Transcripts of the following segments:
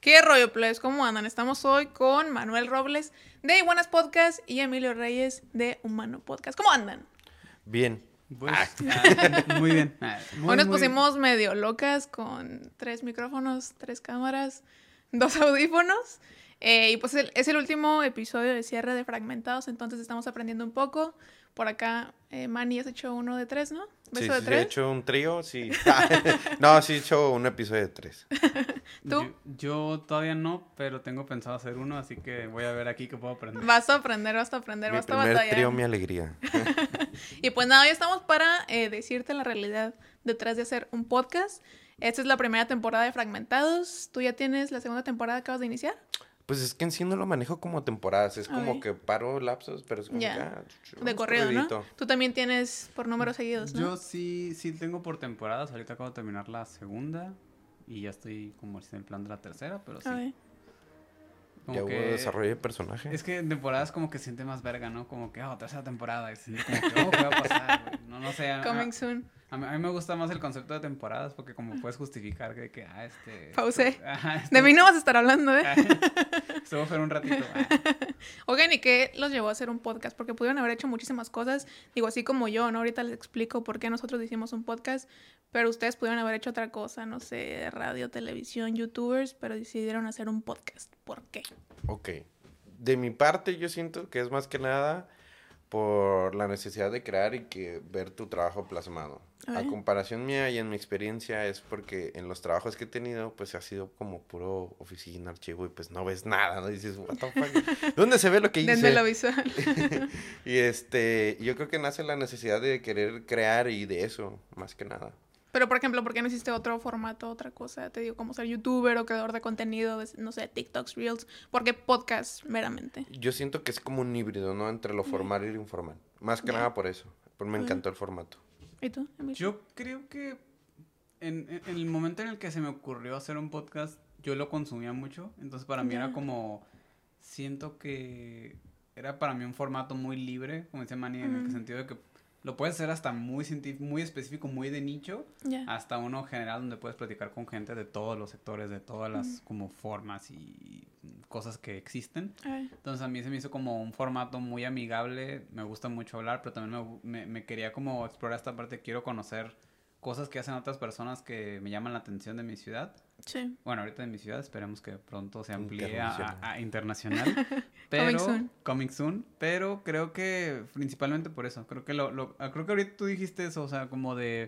¿Qué rollo, plebes? ¿Cómo andan? Estamos hoy con Manuel Robles de Buenas Podcast y Emilio Reyes de Humano Podcast. ¿Cómo andan? Bien. Pues, muy bien. Hoy nos pusimos medio locas con 3 micrófonos, 3 cámaras, 2 audífonos. Y pues es el último episodio de cierre de Fragmentados, entonces estamos aprendiendo un poco. Por acá, Manny has hecho uno de 3, ¿no? ¿Beso de 3? Sí, he hecho un trío, sí. No, sí he hecho un episodio de 3. ¿Tú? Yo todavía no, pero tengo pensado hacer uno, así que voy a ver aquí qué puedo aprender. Vas a aprender, vas a Mi batallar. primer trío, mi alegría. Y pues nada, hoy estamos para decirte la realidad detrás de hacer un podcast. Esta es la primera temporada de Fragmentados. ¿Tú ya tienes la segunda temporada, acabas de iniciar? Pues es que en sí no lo manejo como temporadas. Es como que paro lapsos, pero es como de corrido, ¿no? Tú también tienes por números seguidos, ¿no? Yo sí tengo por temporadas. Ahorita acabo de terminar la segunda y ya estoy como en el plan de la tercera, pero sí. Como ya hubo desarrollo de personaje. Es que en temporadas como que se siente más verga, ¿no? Como que, tercera temporada. Y como que, ¿qué va a pasar, güey? No sé. Coming soon. A mí me gusta más el concepto de temporadas porque como puedes justificar que Pausé. De mí no vas a estar hablando, ¿eh? Estuvo fuera un ratito. Oigan, ¿y qué los llevó a hacer un podcast? Porque pudieron haber hecho muchísimas cosas. Digo, así como yo, ¿no? Ahorita les explico por qué nosotros hicimos un podcast. Pero ustedes pudieron haber hecho otra cosa, no sé, radio, televisión, youtubers, pero decidieron hacer un podcast. ¿Por qué? Ok. De mi parte, yo siento que es más que nada por la necesidad de crear y ver tu trabajo plasmado. A comparación mía y en mi experiencia es porque en los trabajos que he tenido, pues ha sido como puro oficina, archivo y pues no ves nada, ¿no? Dices, what the fuck, ¿dónde se ve lo que hice? Desde lo visual. Y yo creo que nace la necesidad de querer crear y de eso, más que nada. Pero, por ejemplo, ¿por qué no hiciste otro formato, otra cosa? Te digo, como ser youtuber o creador de contenido, no sé, TikToks, Reels. ¿Por qué podcast meramente? Yo siento que es como un híbrido, ¿no? Entre lo formal y lo informal. Más que nada por eso. Pues me encantó el formato. ¿Y tú, Emilio? Yo creo que en el momento en el que se me ocurrió hacer un podcast, yo lo consumía mucho. Entonces, para mí era como... Siento que era para mí un formato muy libre, como dice Manny, en el sentido de que lo puedes hacer hasta muy específico, muy de nicho, hasta uno general donde puedes platicar con gente de todos los sectores, de todas las como formas y cosas que existen. Entonces a mí se me hizo como un formato muy amigable, me gusta mucho hablar, pero también me quería como explorar esta parte, quiero conocer cosas que hacen otras personas que me llaman la atención de mi ciudad. Sí. Bueno, ahorita de mi ciudad, esperemos que pronto se amplíe a internacional. Pero, coming soon. Pero creo que principalmente por eso. Creo que creo que ahorita tú dijiste eso, o sea, como de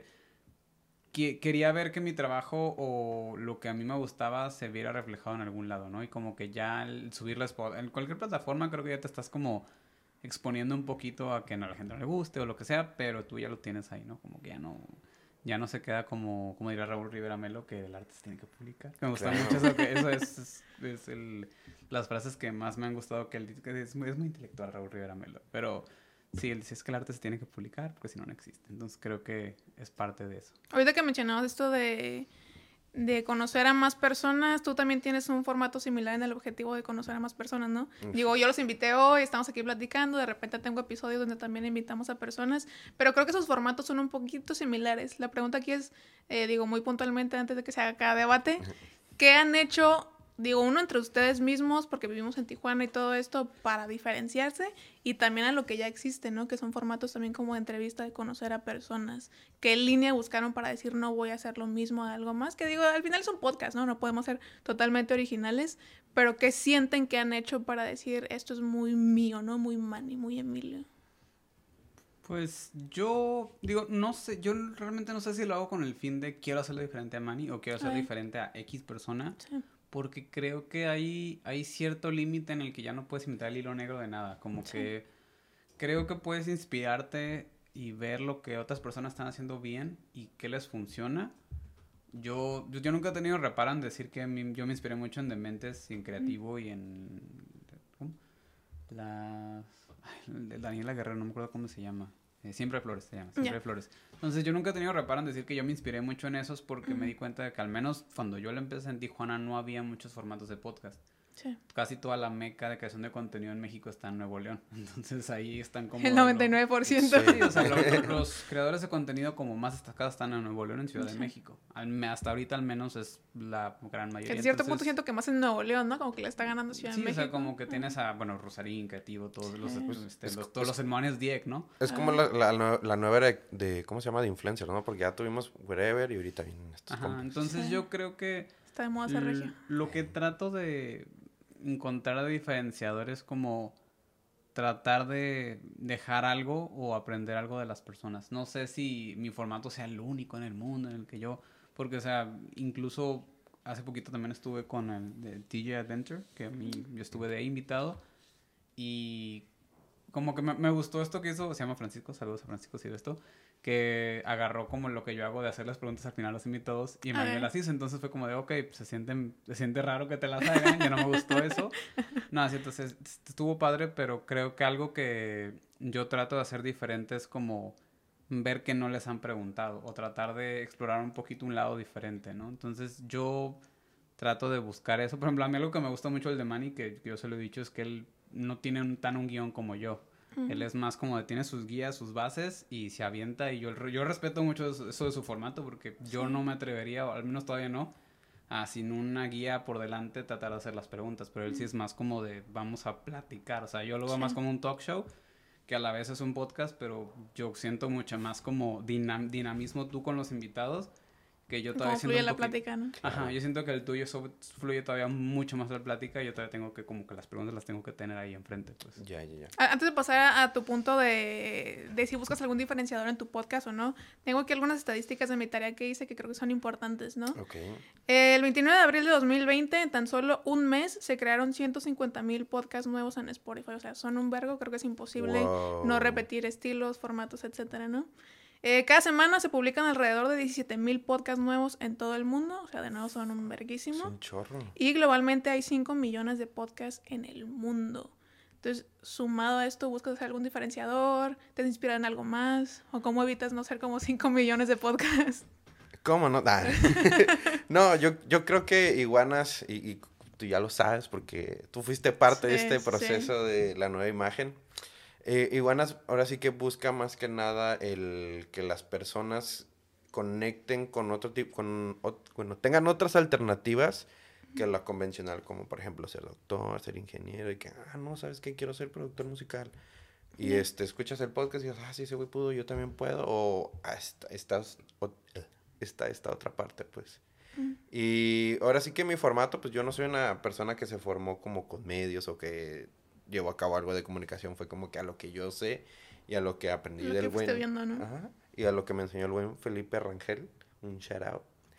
que quería ver que mi trabajo o lo que a mí me gustaba se viera reflejado en algún lado, ¿no? Y como que ya el subirlas en cualquier plataforma creo que ya te estás como exponiendo un poquito a que no, a la gente no le guste o lo que sea, pero tú ya lo tienes ahí, ¿no? Como que ya no se queda como diría Raúl Rivera Melo, que el arte se tiene que publicar. Me gusta mucho eso, que eso es las frases que más me han gustado, que es muy intelectual Raúl Rivera Melo, pero sí, él dice es que el arte se tiene que publicar, porque si no, no existe. Entonces creo que es parte de eso. Ahorita que mencionabas esto de conocer a más personas, tú también tienes un formato similar en el objetivo de conocer a más personas, ¿no? Digo, yo los invité hoy, estamos aquí platicando, de repente tengo episodios donde también invitamos a personas, pero creo que esos formatos son un poquito similares. La pregunta aquí es, muy puntualmente antes de que se haga cada debate, ¿qué han hecho, uno entre ustedes mismos, porque vivimos en Tijuana y todo esto, para diferenciarse, y también a lo que ya existe, ¿no? Que son formatos también como de entrevista, de conocer a personas. ¿Qué línea buscaron para decir no voy a hacer lo mismo de algo más? Que al final es un podcast, ¿no? No podemos ser totalmente originales, pero ¿qué sienten que han hecho para decir esto es muy mío, ¿no? Muy Manny, muy Emilio. Pues yo no sé, yo realmente no sé si lo hago con el fin de quiero hacerlo diferente a Manny o quiero hacerlo diferente a X persona. Sí. Porque creo que hay cierto límite en el que ya no puedes imitar el hilo negro de nada. Como que creo que puedes inspirarte y ver lo que otras personas están haciendo bien y qué les funciona. Yo nunca he tenido reparo en decir que yo me inspiré mucho en Dementes y en Creativo y en... ¿cómo? De Daniela Guerrero, no me acuerdo cómo se llama. Siempre Flores se llama, Siempre Flores. Entonces yo nunca he tenido reparo en decir que yo me inspiré mucho en esos porque me di cuenta de que al menos cuando yo lo empecé en Tijuana no había muchos formatos de podcast. casi toda la meca de creación de contenido en México está en Nuevo León. Entonces ahí están como... El 99%. Sí, o sea, los creadores de contenido como más destacados están en Nuevo León, en Ciudad de México. Hasta ahorita al menos es la gran mayoría. En cierto punto siento que más en Nuevo León, ¿no? Como que le está ganando Ciudad de México. Sí, o sea, como que tienes a, bueno, Rosarín, Creativo, todos todos los hermanos Dieck, ¿no? Es como la nueva era de, ¿cómo se llama? De influencer, ¿no? Porque ya tuvimos Wherever y ahorita vienen estos compas. Entonces yo creo que... Está de moda esa región. Lo que trato de encontrar de diferenciadores como tratar de dejar algo o aprender algo de las personas. No sé si mi formato sea el único en el mundo en el que yo... Porque, o sea, incluso hace poquito también estuve con el de TJ Adventure, que yo estuve de ahí invitado. Y como que me gustó esto que hizo, se llama Francisco, saludos a Francisco si ve esto, que agarró como lo que yo hago de hacer las preguntas al final a los invitados y me las hizo. Entonces fue como de, ok, pues se siente raro que te las hagan, ya no me gustó eso. No, así, entonces estuvo padre, pero creo que algo que yo trato de hacer diferente es como ver que no les han preguntado o tratar de explorar un poquito un lado diferente, ¿no? Entonces yo trato de buscar eso. Por ejemplo, a mí algo que me gusta mucho del de Manny, que yo se lo he dicho, es que él no tiene un guión como yo. Él es más como de tiene sus guías, sus bases y se avienta y yo respeto mucho eso de su formato porque yo no me atrevería, o al menos todavía no, a sin una guía por delante tratar de hacer las preguntas, pero él sí es más como de vamos a platicar, o sea, yo lo veo más como un talk show que a la vez es un podcast, pero yo siento mucho más como dinamismo tú con los invitados que yo todavía siento fluye la plática, ¿no? Ajá, yo siento que el tuyo fluye todavía mucho más la plática y yo todavía tengo que como que las preguntas las tengo que tener ahí enfrente, pues. Ya. Antes de pasar a tu punto de si buscas algún diferenciador en tu podcast o no, tengo aquí algunas estadísticas de mi tarea que hice que creo que son importantes, ¿no? Okay. El 29 de abril de 2020, en tan solo un mes, se crearon 150,000 podcasts nuevos en Spotify. O sea, son un vergo, creo que es imposible no repetir estilos, formatos, etcétera, ¿no? Cada semana se publican alrededor de 17,000 podcasts nuevos en todo el mundo. O sea, de nuevo son un verguísimo. Es un chorro. Y globalmente hay 5 millones de podcasts en el mundo. Entonces, sumado a esto, ¿buscas hacer algún diferenciador? ¿Te inspiras en algo más? ¿O cómo evitas no ser como 5 millones de podcasts? ¿Cómo no? No, yo creo que Iguanas, y tú ya lo sabes porque tú fuiste parte de este proceso de la nueva imagen. Iguanas ahora sí que busca más que nada el que las personas conecten con otro tipo, bueno, tengan otras alternativas que la convencional, como por ejemplo ser doctor, ser ingeniero, y que, no, ¿sabes qué? Quiero ser productor musical. Y escuchas el podcast y dices, sí, ese güey pudo, yo también puedo, o está esta otra parte, pues. Y ahora sí que mi formato, pues yo no soy una persona que se formó como con medios o que llevó a cabo algo de comunicación, fue como que a lo que yo sé y a lo que aprendí del buen... viendo, ¿no? Ajá, y a lo que me enseñó el buen Felipe Rangel, un shout out.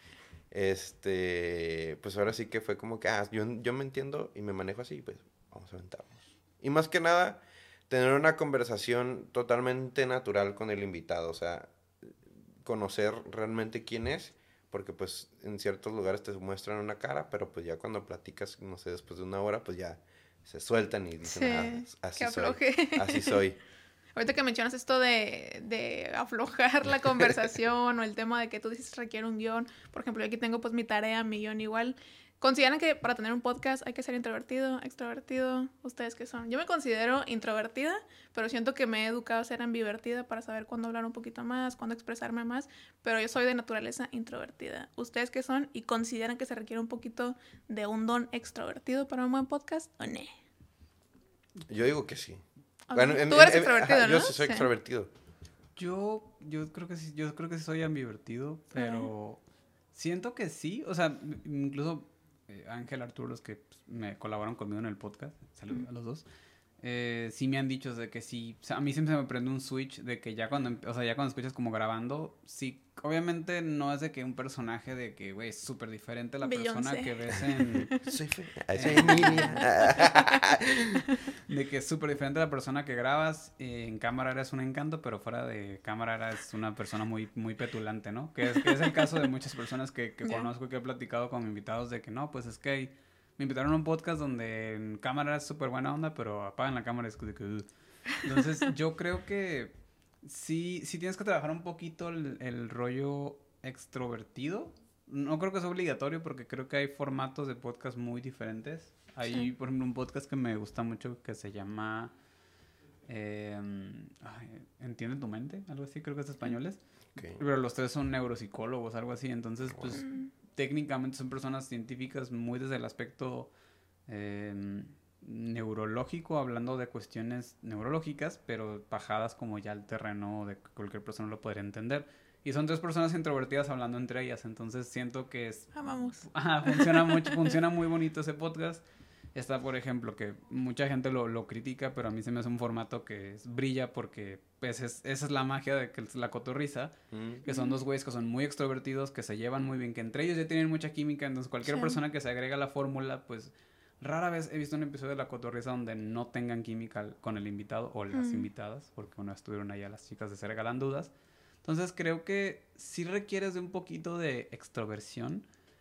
Pues ahora sí que fue como que, yo me entiendo y me manejo así, pues vamos a aventarnos. Y más que nada, tener una conversación totalmente natural con el invitado, o sea, conocer realmente quién es, porque pues en ciertos lugares te muestran una cara, pero pues ya cuando platicas, no sé, después de una hora, pues ya se sueltan y dicen, así soy, así soy. Ahorita que mencionas esto de aflojar la conversación o el tema de que tú dices requiere un guión, por ejemplo, yo aquí tengo pues mi tarea, mi guión igual. ¿Consideran que para tener un podcast hay que ser introvertido, extrovertido? ¿Ustedes qué son? Yo me considero introvertida, pero siento que me he educado a ser ambivertida para saber cuándo hablar un poquito más, cuándo expresarme más, pero yo soy de naturaleza introvertida. ¿Ustedes qué son? ¿Y consideran que se requiere un poquito de un don extrovertido para un buen podcast o no? Yo digo que sí. Okay. Bueno, tú eres extrovertido, ¿no? Yo sí soy extrovertido. Yo creo que sí soy ambivertido, pero siento que sí, o sea, incluso Ángel, Arturo, los que me colaboran conmigo en el podcast, saludos a los dos, sí me han dicho de que sí, o sea, a mí siempre se me prende un switch de que ya cuando escuchas como grabando, sí, obviamente no es de que un personaje de que, güey, es súper diferente a la persona que ves en... Soy Emilia. De que es súper diferente a la persona que grabas, en cámara eres un encanto, pero fuera de cámara eres una persona muy, muy petulante, ¿no? Que es el caso de muchas personas que conozco y que he platicado con invitados de que no, pues es que me invitaron a un podcast donde en cámara es súper buena onda, pero apagan la cámara y es de que... Entonces yo creo que sí tienes que trabajar un poquito el rollo extrovertido, no creo que sea obligatorio porque creo que hay formatos de podcast muy diferentes. Hay, por ejemplo, un podcast que me gusta mucho que se llama Entiende tu mente, algo así, creo que es españoles. Okay. Pero los tres son neuropsicólogos, algo así. Entonces, pues, técnicamente son personas científicas muy desde el aspecto neurológico, hablando de cuestiones neurológicas, pero bajadas como ya al terreno de que cualquier persona lo podría entender. Y son tres personas introvertidas hablando entre ellas, entonces siento que es... Amamos. Funciona muy bonito ese podcast. Está, por ejemplo, que mucha gente lo critica, pero a mí se me hace un formato que brilla porque pues, esa es la magia de que es la cotorriza, que son dos güeyes que son muy extrovertidos, que se llevan muy bien, que entre ellos ya tienen mucha química, entonces cualquier persona que se agrega a la fórmula, pues rara vez he visto un episodio de la cotorriza donde no tengan química con el invitado o las invitadas, porque bueno, estuvieron allá las chicas de Se Regalan Dudas. Entonces creo que sí requieres de un poquito de extroversión,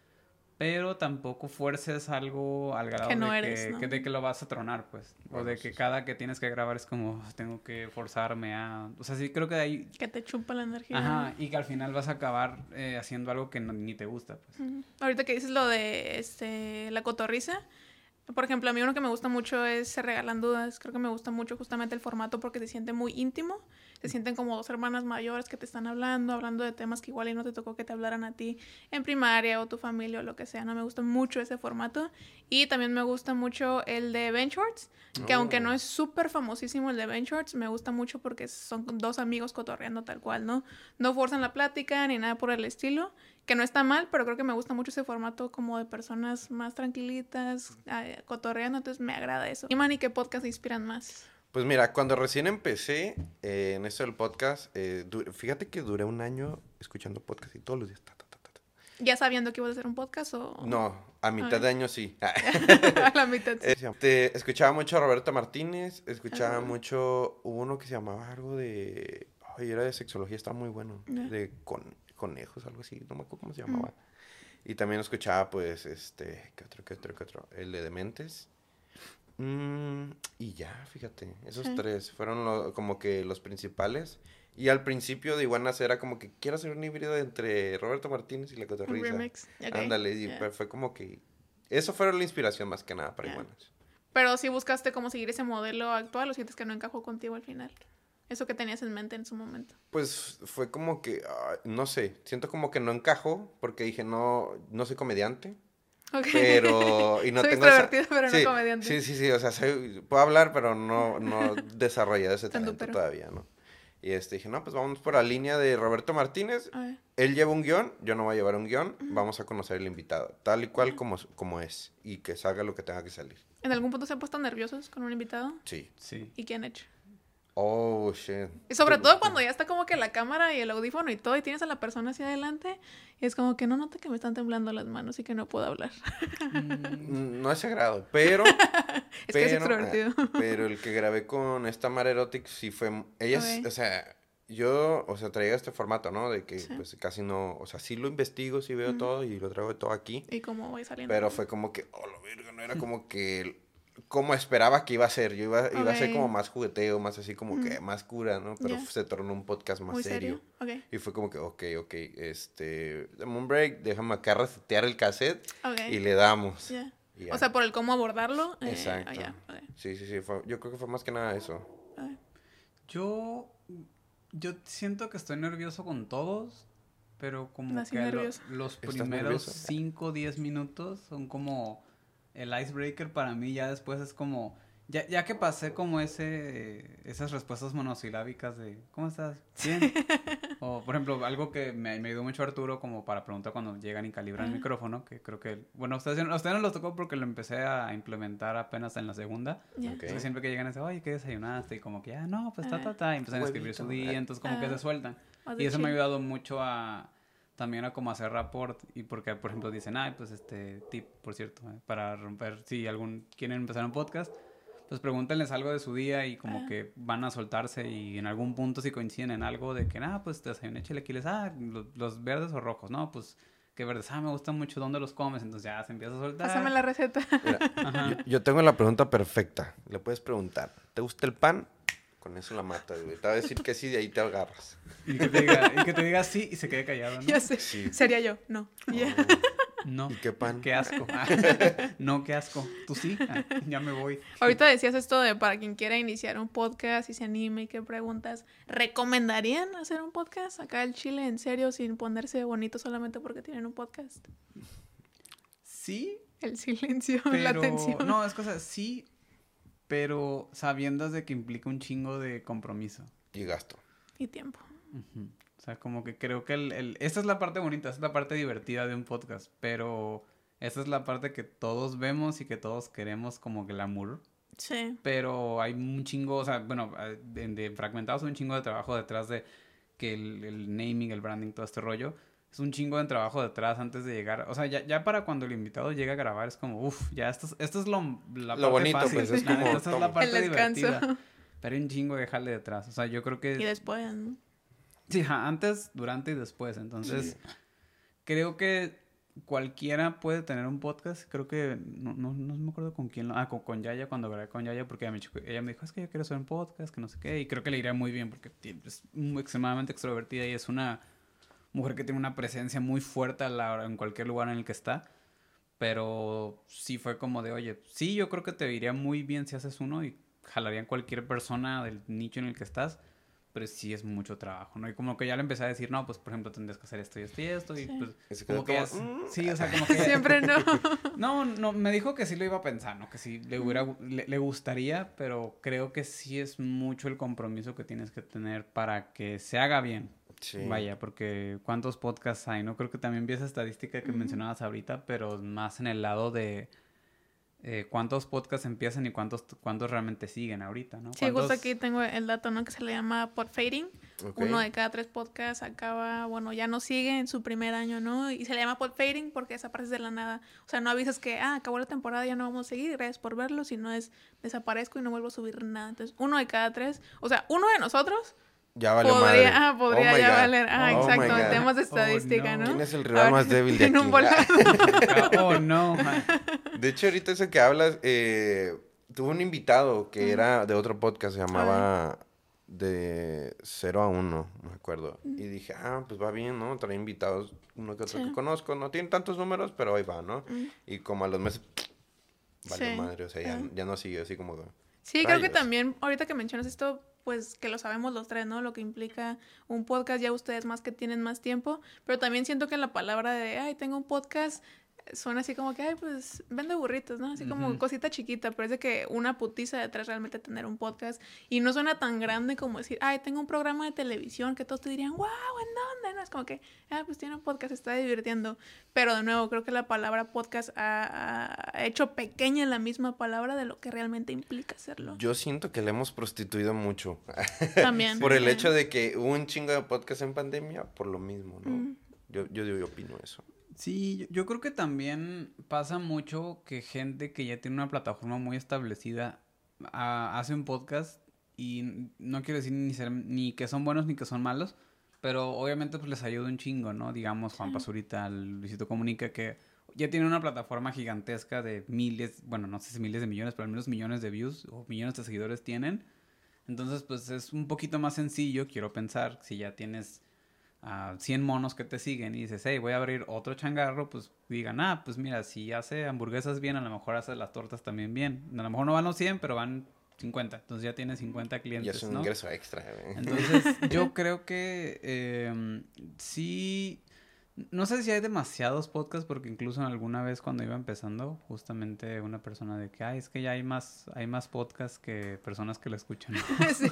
pero tampoco fuerces algo al grado de que lo vas a tronar, pues. Bueno, o de que cada que tienes que grabar es como, tengo que forzarme a... O sea, sí creo que de ahí... Que te chupa la energía. Ajá, y que al final vas a acabar haciendo algo que ni te gusta, pues. Ahorita que dices lo de la cotorriza... Por ejemplo, a mí uno que me gusta mucho es Se Regalan Dudas. Creo que me gusta mucho justamente el formato porque se siente muy íntimo. Se sienten como dos hermanas mayores que te están hablando de temas que igual y no te tocó que te hablaran a ti en primaria o tu familia o lo que sea. No me gusta mucho ese formato. Y también me gusta mucho el de Ben Shorts, que aunque no es súper famosísimo el de Ben Shorts, me gusta mucho porque son dos amigos cotorreando tal cual, ¿no? No forzan la plática ni nada por el estilo. Que no está mal, pero creo que me gusta mucho ese formato como de personas más tranquilitas, cotorreando, entonces me agrada eso. ¿Y Manny, qué podcast te inspiran más? Pues mira, cuando recién empecé en esto del podcast, fíjate que duré un año escuchando podcast y todos los días. ¿Ya sabiendo que ibas a hacer un podcast o...? No, a mitad de año sí. A la mitad sí. Escuchaba mucho a Roberto Martínez, escuchaba mucho... Hubo uno que se llamaba algo de... Ay, era de sexología, estaba muy bueno. De conejos, algo así, no me acuerdo cómo se llamaba. Y también escuchaba, pues, ¿qué otro? El de Dementes. Y ya, fíjate, esos tres fueron como que los principales. Y al principio de Iguanas era como que quiero hacer un híbrido entre Roberto Martínez y La Cotorrisa. Un remix. Okay. Ándale, y fue como que... Eso fue la inspiración más que nada para Iguanas. Pero si buscaste cómo seguir ese modelo actual o sientes que no encajó contigo al final. Eso que tenías en mente en su momento. Pues fue como que, no sé, siento como que no encajó porque dije, no soy comediante. Okay. Pero... Y no soy tengo extrovertido, pero no comediante. Sí, o sea, puedo hablar, pero no desarrollado ese talento todavía, ¿no? Y dije, no, pues vamos por la línea de Roberto Martínez. Él lleva un guión, yo no voy a llevar un guión. Vamos a conocer al invitado, tal y cual como es. Y que salga lo que tenga que salir. ¿En algún punto se han puesto nerviosos con un invitado? Sí. ¿Y qué han hecho? Oh, shit. Y sobre todo cuando ya está como que la cámara y el audífono y todo, y tienes a la persona hacia adelante, y es como que no nota que me están temblando las manos y que no puedo hablar. No es sagrado, pero... que es extrovertido. Pero el que grabé con esta Mar Erotic sí fue... Ella, o sea, yo, traía este formato, ¿no? De que pues casi no... O sea, sí lo investigo, sí veo todo y lo traigo todo aquí. ¿Y cómo voy saliendo? Pero fue como que, la verga, no era como que... Como esperaba que iba a ser. Yo iba a ser como más jugueteo, más así como que más cura, ¿no? Pero se tornó un podcast más serio. Y fue como que, ok, dame un break, déjame acá resetear el cassette y le damos. O sea, por el cómo abordarlo. Exacto. Sí, yo creo que fue más que nada eso. Yo siento que estoy nervioso con todos, pero como que los primeros 5 o 10 minutos son como... El icebreaker para mí ya después es como... Ya que pasé como esas respuestas monosilábicas de... ¿Cómo estás? Bien. O, por ejemplo, algo que me ayudó mucho Arturo como para preguntar cuando llegan y calibran el micrófono, que creo que... Bueno, a ustedes no los tocó porque lo empecé a implementar apenas en la segunda. Entonces siempre que llegan es, oye, ¿qué desayunaste? Y como que, no, pues y empiezan a escribir su día, entonces como que se sueltan. Y eso me ha ayudado mucho también a como hacer rapport y porque, por ejemplo, dicen, pues tip, por cierto, para romper, si quieren empezar un podcast, pues pregúntenles algo de su día y como que van a soltarse y en algún punto si coinciden en algo de que, pues te desayuné chilaquiles, los verdes o rojos, no, pues, ¿qué verdes? Me gustan mucho, ¿dónde los comes? Entonces ya se empieza a soltar. Pásame la receta. Mira, yo tengo la pregunta perfecta, le puedes preguntar, ¿te gusta el pan Con eso la matas, güey. Te va a decir que sí, de ahí te agarras. Y que te diga sí y se quede callado, ¿no? Ya sé. Sí. Sería yo. No. No. ¿Y qué pan? Qué asco. No, qué asco. Tú sí. Ya me voy. Ahorita decías esto de para quien quiera iniciar un podcast y se anime y qué preguntas. ¿Recomendarían hacer un podcast acá al Chile en serio sin ponerse bonito solamente porque tienen un podcast? Sí. El silencio, la atención. No, es cosa, sí, pero sabiendo de que implica un chingo de compromiso. Y gasto. Y tiempo. Uh-huh. O sea, como que creo que esta es la parte bonita, esta es la parte divertida de un podcast, pero esta es la parte que todos vemos y que todos queremos como glamour. Sí. Pero hay un chingo, o sea, bueno, de Fragmentados hay un chingo de trabajo detrás de que el naming, el branding, todo este rollo. Es un chingo de trabajo detrás antes de llegar. O sea, ya para cuando el invitado llega a grabar es como, ya esto es la parte bonito, fácil. pues, es como... Esta es la parte divertida. Pero hay un chingo de jale detrás. O sea, yo creo que... Y después, ¿no? Sí, antes, durante y después. Entonces, creo que cualquiera puede tener un podcast. Creo que... No me acuerdo con quién. Con Yaya, cuando grabé con Yaya, porque ella me dijo, es que yo quiero hacer un podcast, que no sé qué. Y creo que le iría muy bien porque es extremadamente extrovertida y es una... mujer que tiene una presencia muy fuerte en cualquier lugar en el que está. Pero sí fue como de, oye, sí, yo creo que te iría muy bien si haces uno y jalarían cualquier persona del nicho en el que estás. Pero sí es mucho trabajo, ¿no? Y como que ya le empecé a decir, no, pues, por ejemplo, tendrías que hacer esto y esto y esto. Sí. Y pues, como que sí, o sea, como que... Siempre no. No, me dijo que sí lo iba a pensar, ¿no? Que sí le gustaría, pero creo que sí es mucho el compromiso que tienes que tener para que se haga bien. Sí. Vaya, porque ¿cuántos podcasts hay? No creo que también vi esa estadística que mencionabas ahorita, pero más en el lado de cuántos podcasts empiezan y cuántos realmente siguen ahorita, ¿no? Sí, justo aquí tengo el dato, ¿no? Que se le llama podfading. Okay. 1 de cada 3 podcasts acaba, ya no sigue en su primer año, ¿no? Y se le llama podfading porque desapareces de la nada. O sea, no avisas que, acabó la temporada, ya no vamos a seguir, gracias por verlo, sino es desaparezco y no vuelvo a subir nada. Entonces, 1 de cada 3, o sea, uno de nosotros... Ya vale madre. Podría ya valer. Exacto, en temas de estadística, ¿no? ¿Quién es el rival más débil de aquí? No. De hecho, ahorita eso que hablas, tuve un invitado que era de otro podcast, se llamaba De 0 a 1, me acuerdo. Y dije, pues va bien, ¿no? Trae invitados, uno que otro que conozco. No tienen tantos números, pero ahí va, ¿no? Y como a los meses, vale madre, o sea, ya no sigue así como... Sí, creo que también, ahorita que mencionas esto, pues que lo sabemos los tres, ¿no? Lo que implica un podcast, ya ustedes más que tienen más tiempo, pero también siento que la palabra de, tengo un podcast, suena así como que, pues, vende burritos, ¿no? Así como cosita chiquita, pero es de que una putiza detrás realmente tener un podcast, y no suena tan grande como decir, tengo un programa de televisión, que todos te dirían, wow, ¿en dónde? No, es como que, pues tiene un podcast, se está divirtiendo, pero de nuevo, creo que la palabra podcast ha hecho pequeña la misma palabra de lo que realmente implica hacerlo. Yo siento que le hemos prostituido mucho. También. Por el hecho de que hubo un chingo de podcast en pandemia, por lo mismo, ¿no? Yo opino eso. Sí, yo creo que también pasa mucho que gente que ya tiene una plataforma muy establecida hace un podcast y no quiero decir ni que son buenos ni que son malos, pero obviamente pues les ayuda un chingo, ¿no? Digamos Juan Pazurita, Luisito Comunica, que ya tiene una plataforma gigantesca de miles, bueno, no sé si miles de millones, pero al menos millones de views o millones de seguidores tienen. Entonces pues es un poquito más sencillo, quiero pensar, si ya tienes... 100 monos que te siguen y dices, voy a abrir otro changarro, pues digan, pues mira, si hace hamburguesas bien, a lo mejor hace las tortas también bien. A lo mejor no van los 100, pero van 50. Entonces ya tienes 50 clientes, y es un ingreso extra. Entonces yo creo que sí... No sé si hay demasiados podcasts, porque incluso alguna vez cuando iba empezando, justamente una persona de que, es que ya hay más podcasts que personas que lo escuchan. Sí.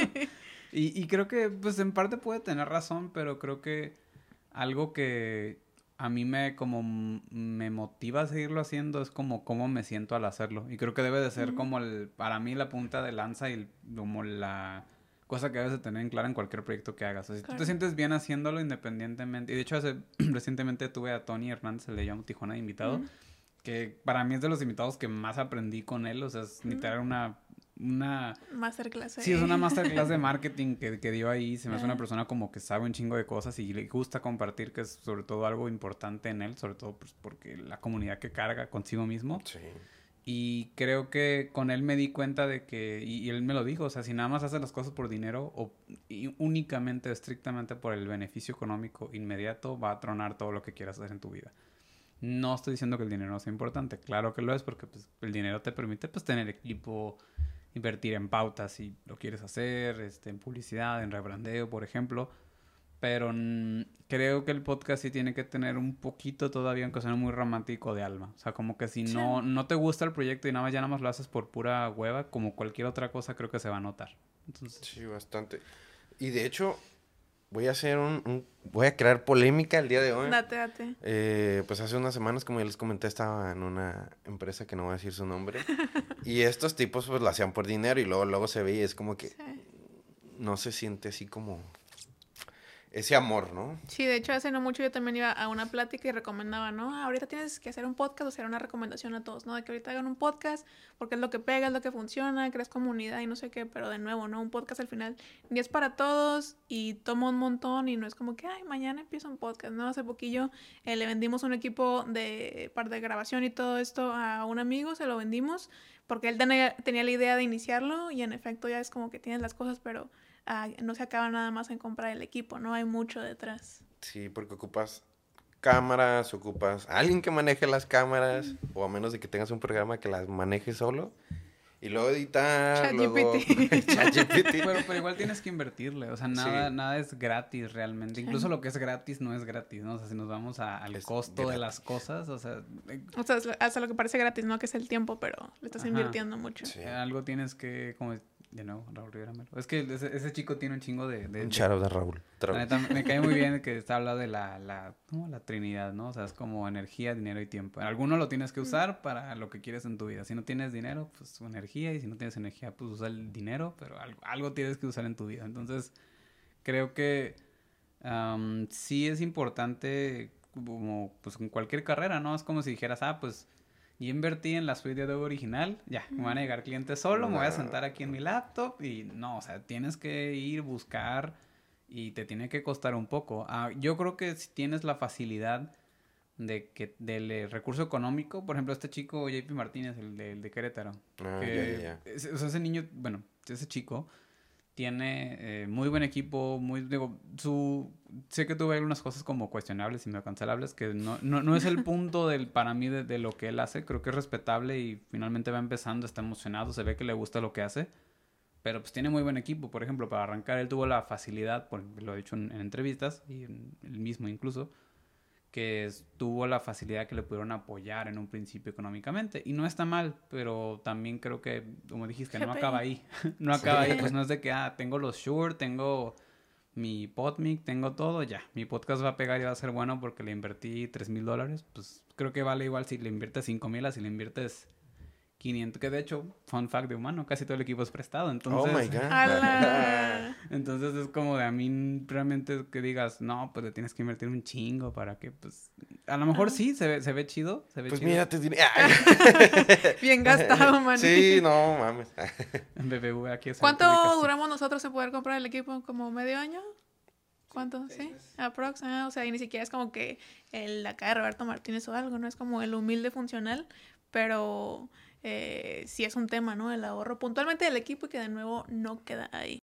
Y creo que, pues, en parte puede tener razón, pero creo que algo que a mí me motiva a seguirlo haciendo es como cómo me siento al hacerlo. Y creo que debe de ser como para mí la punta de lanza y como la cosa que debes de tener en clara en cualquier proyecto que hagas. O sea, si tú te sientes bien haciéndolo independientemente. Y de hecho, recientemente tuve a Tony Hernández, el de Llamo Tijuana, de invitado, que para mí es de los invitados que más aprendí con él. O sea, es literal una masterclass. Sí, es una masterclass de marketing que dio ahí. Se me hace una persona como que sabe un chingo de cosas y le gusta compartir, que es sobre todo algo importante en él, sobre todo pues porque la comunidad que carga consigo mismo. Sí. Y creo que con él me di cuenta de que, y él me lo dijo, o sea, si nada más haces las cosas por dinero y únicamente, estrictamente por el beneficio económico inmediato, va a tronar todo lo que quieras hacer en tu vida. No estoy diciendo que el dinero no sea importante, claro que lo es, porque pues, el dinero te permite pues, tener equipo, invertir en pautas si lo quieres hacer, en publicidad, en rebrandeo, por ejemplo. Pero creo que el podcast sí tiene que tener un poquito todavía, aunque suene muy romántico, de alma. O sea, como que si no te gusta el proyecto y ya nada más lo haces por pura hueva, como cualquier otra cosa, creo que se va a notar. Entonces... Sí, bastante. Y de hecho, voy a hacer voy a crear polémica el día de hoy. Date. Pues hace unas semanas, como ya les comenté, estaba en una empresa que no voy a decir su nombre. Y estos tipos pues lo hacían por dinero y luego se veía, es como que no se siente así como ese amor, ¿no? Sí, de hecho hace no mucho yo también iba a una plática y recomendaba, ¿no? Ahorita tienes que hacer un podcast, o sea, una recomendación a todos, ¿no? De que ahorita hagan un podcast porque es lo que pega, es lo que funciona, creas comunidad y no sé qué, pero de nuevo, ¿no? Un podcast al final ni es para todos y toma un montón y no es como que, ay, mañana empieza un podcast, ¿no? Hace poquillo le vendimos un equipo de grabación y todo esto a un amigo, se lo vendimos porque él tenía la idea de iniciarlo y en efecto ya es como que tienes las cosas, pero... no se acaba nada más en comprar el equipo, ¿no? Hay mucho detrás. Sí, porque ocupas cámaras, ocupas a alguien que maneje las cámaras, o a menos de que tengas un programa que las maneje solo, y luego editar, ChatGPT. Pero igual tienes que invertirle, o sea, nada es gratis realmente, incluso lo que es gratis no es gratis, ¿no? O sea, si nos vamos al costo gratis de las cosas, o sea, hasta lo que parece gratis, ¿no? Que es el tiempo, pero le estás invirtiendo mucho. Sí. Algo tienes que, como... De nuevo, Raúl Rivera Melo. Es que ese chico tiene un chingo de... Un charo de Raúl. La neta, me cae muy bien que está hablando de la Trinidad, ¿no? O sea, es como energía, dinero y tiempo. Alguno lo tienes que usar para lo que quieres en tu vida. Si no tienes dinero, pues energía. Y si no tienes energía, pues usa el dinero. Pero algo tienes que usar en tu vida. Entonces, creo que sí es importante, como pues en cualquier carrera, ¿no? Es como si dijeras, pues... Y invertí en la suite de Adobe original, ya, me van a llegar clientes solo, me voy a sentar aquí en mi laptop y no, o sea, tienes que ir, buscar y te tiene que costar un poco. Yo creo que si tienes la facilidad del recurso económico, por ejemplo, este chico JP Martínez, el de Querétaro, o sea, ese niño, bueno, ese chico tiene muy buen equipo, sé que tuve algunas cosas como cuestionables y medio cancelables, que no es el punto para mí de lo que él hace. Creo que es respetable y finalmente va empezando, está emocionado, se ve que le gusta lo que hace, pero pues tiene muy buen equipo. Por ejemplo, para arrancar él tuvo la facilidad, lo he dicho en entrevistas y en el mismo incluso, que tuvo la facilidad que le pudieron apoyar en un principio económicamente. Y no está mal, pero también creo que, como dijiste, no acaba ahí. No acaba ahí, pues no es de que, tengo los Shure, tengo mi PodMic, tengo todo, ya. Mi podcast va a pegar y va a ser bueno porque le invertí $3,000. Pues creo que vale igual si le inviertes 5,000 a si le inviertes 500, que de hecho, fun fact de humano, casi todo el equipo es prestado, entonces... Oh, my God. Entonces es como de a mí realmente que digas, no, pues le tienes que invertir un chingo para que, pues... A lo mejor sí, se ve chido, pues chido. Mira, te diré... Bien gastado, man. Sí, no, mames. BBV aquí es... ¿Cuánto duramos nosotros en poder comprar el equipo? ¿Como medio año? ¿Cuánto? ¿Sí? Aprox, o sea, y ni siquiera es como que acá de Roberto Martínez o algo, ¿no? Es como el humilde funcional, pero... sí es un tema, ¿no? El ahorro puntualmente del equipo y que de nuevo no queda ahí.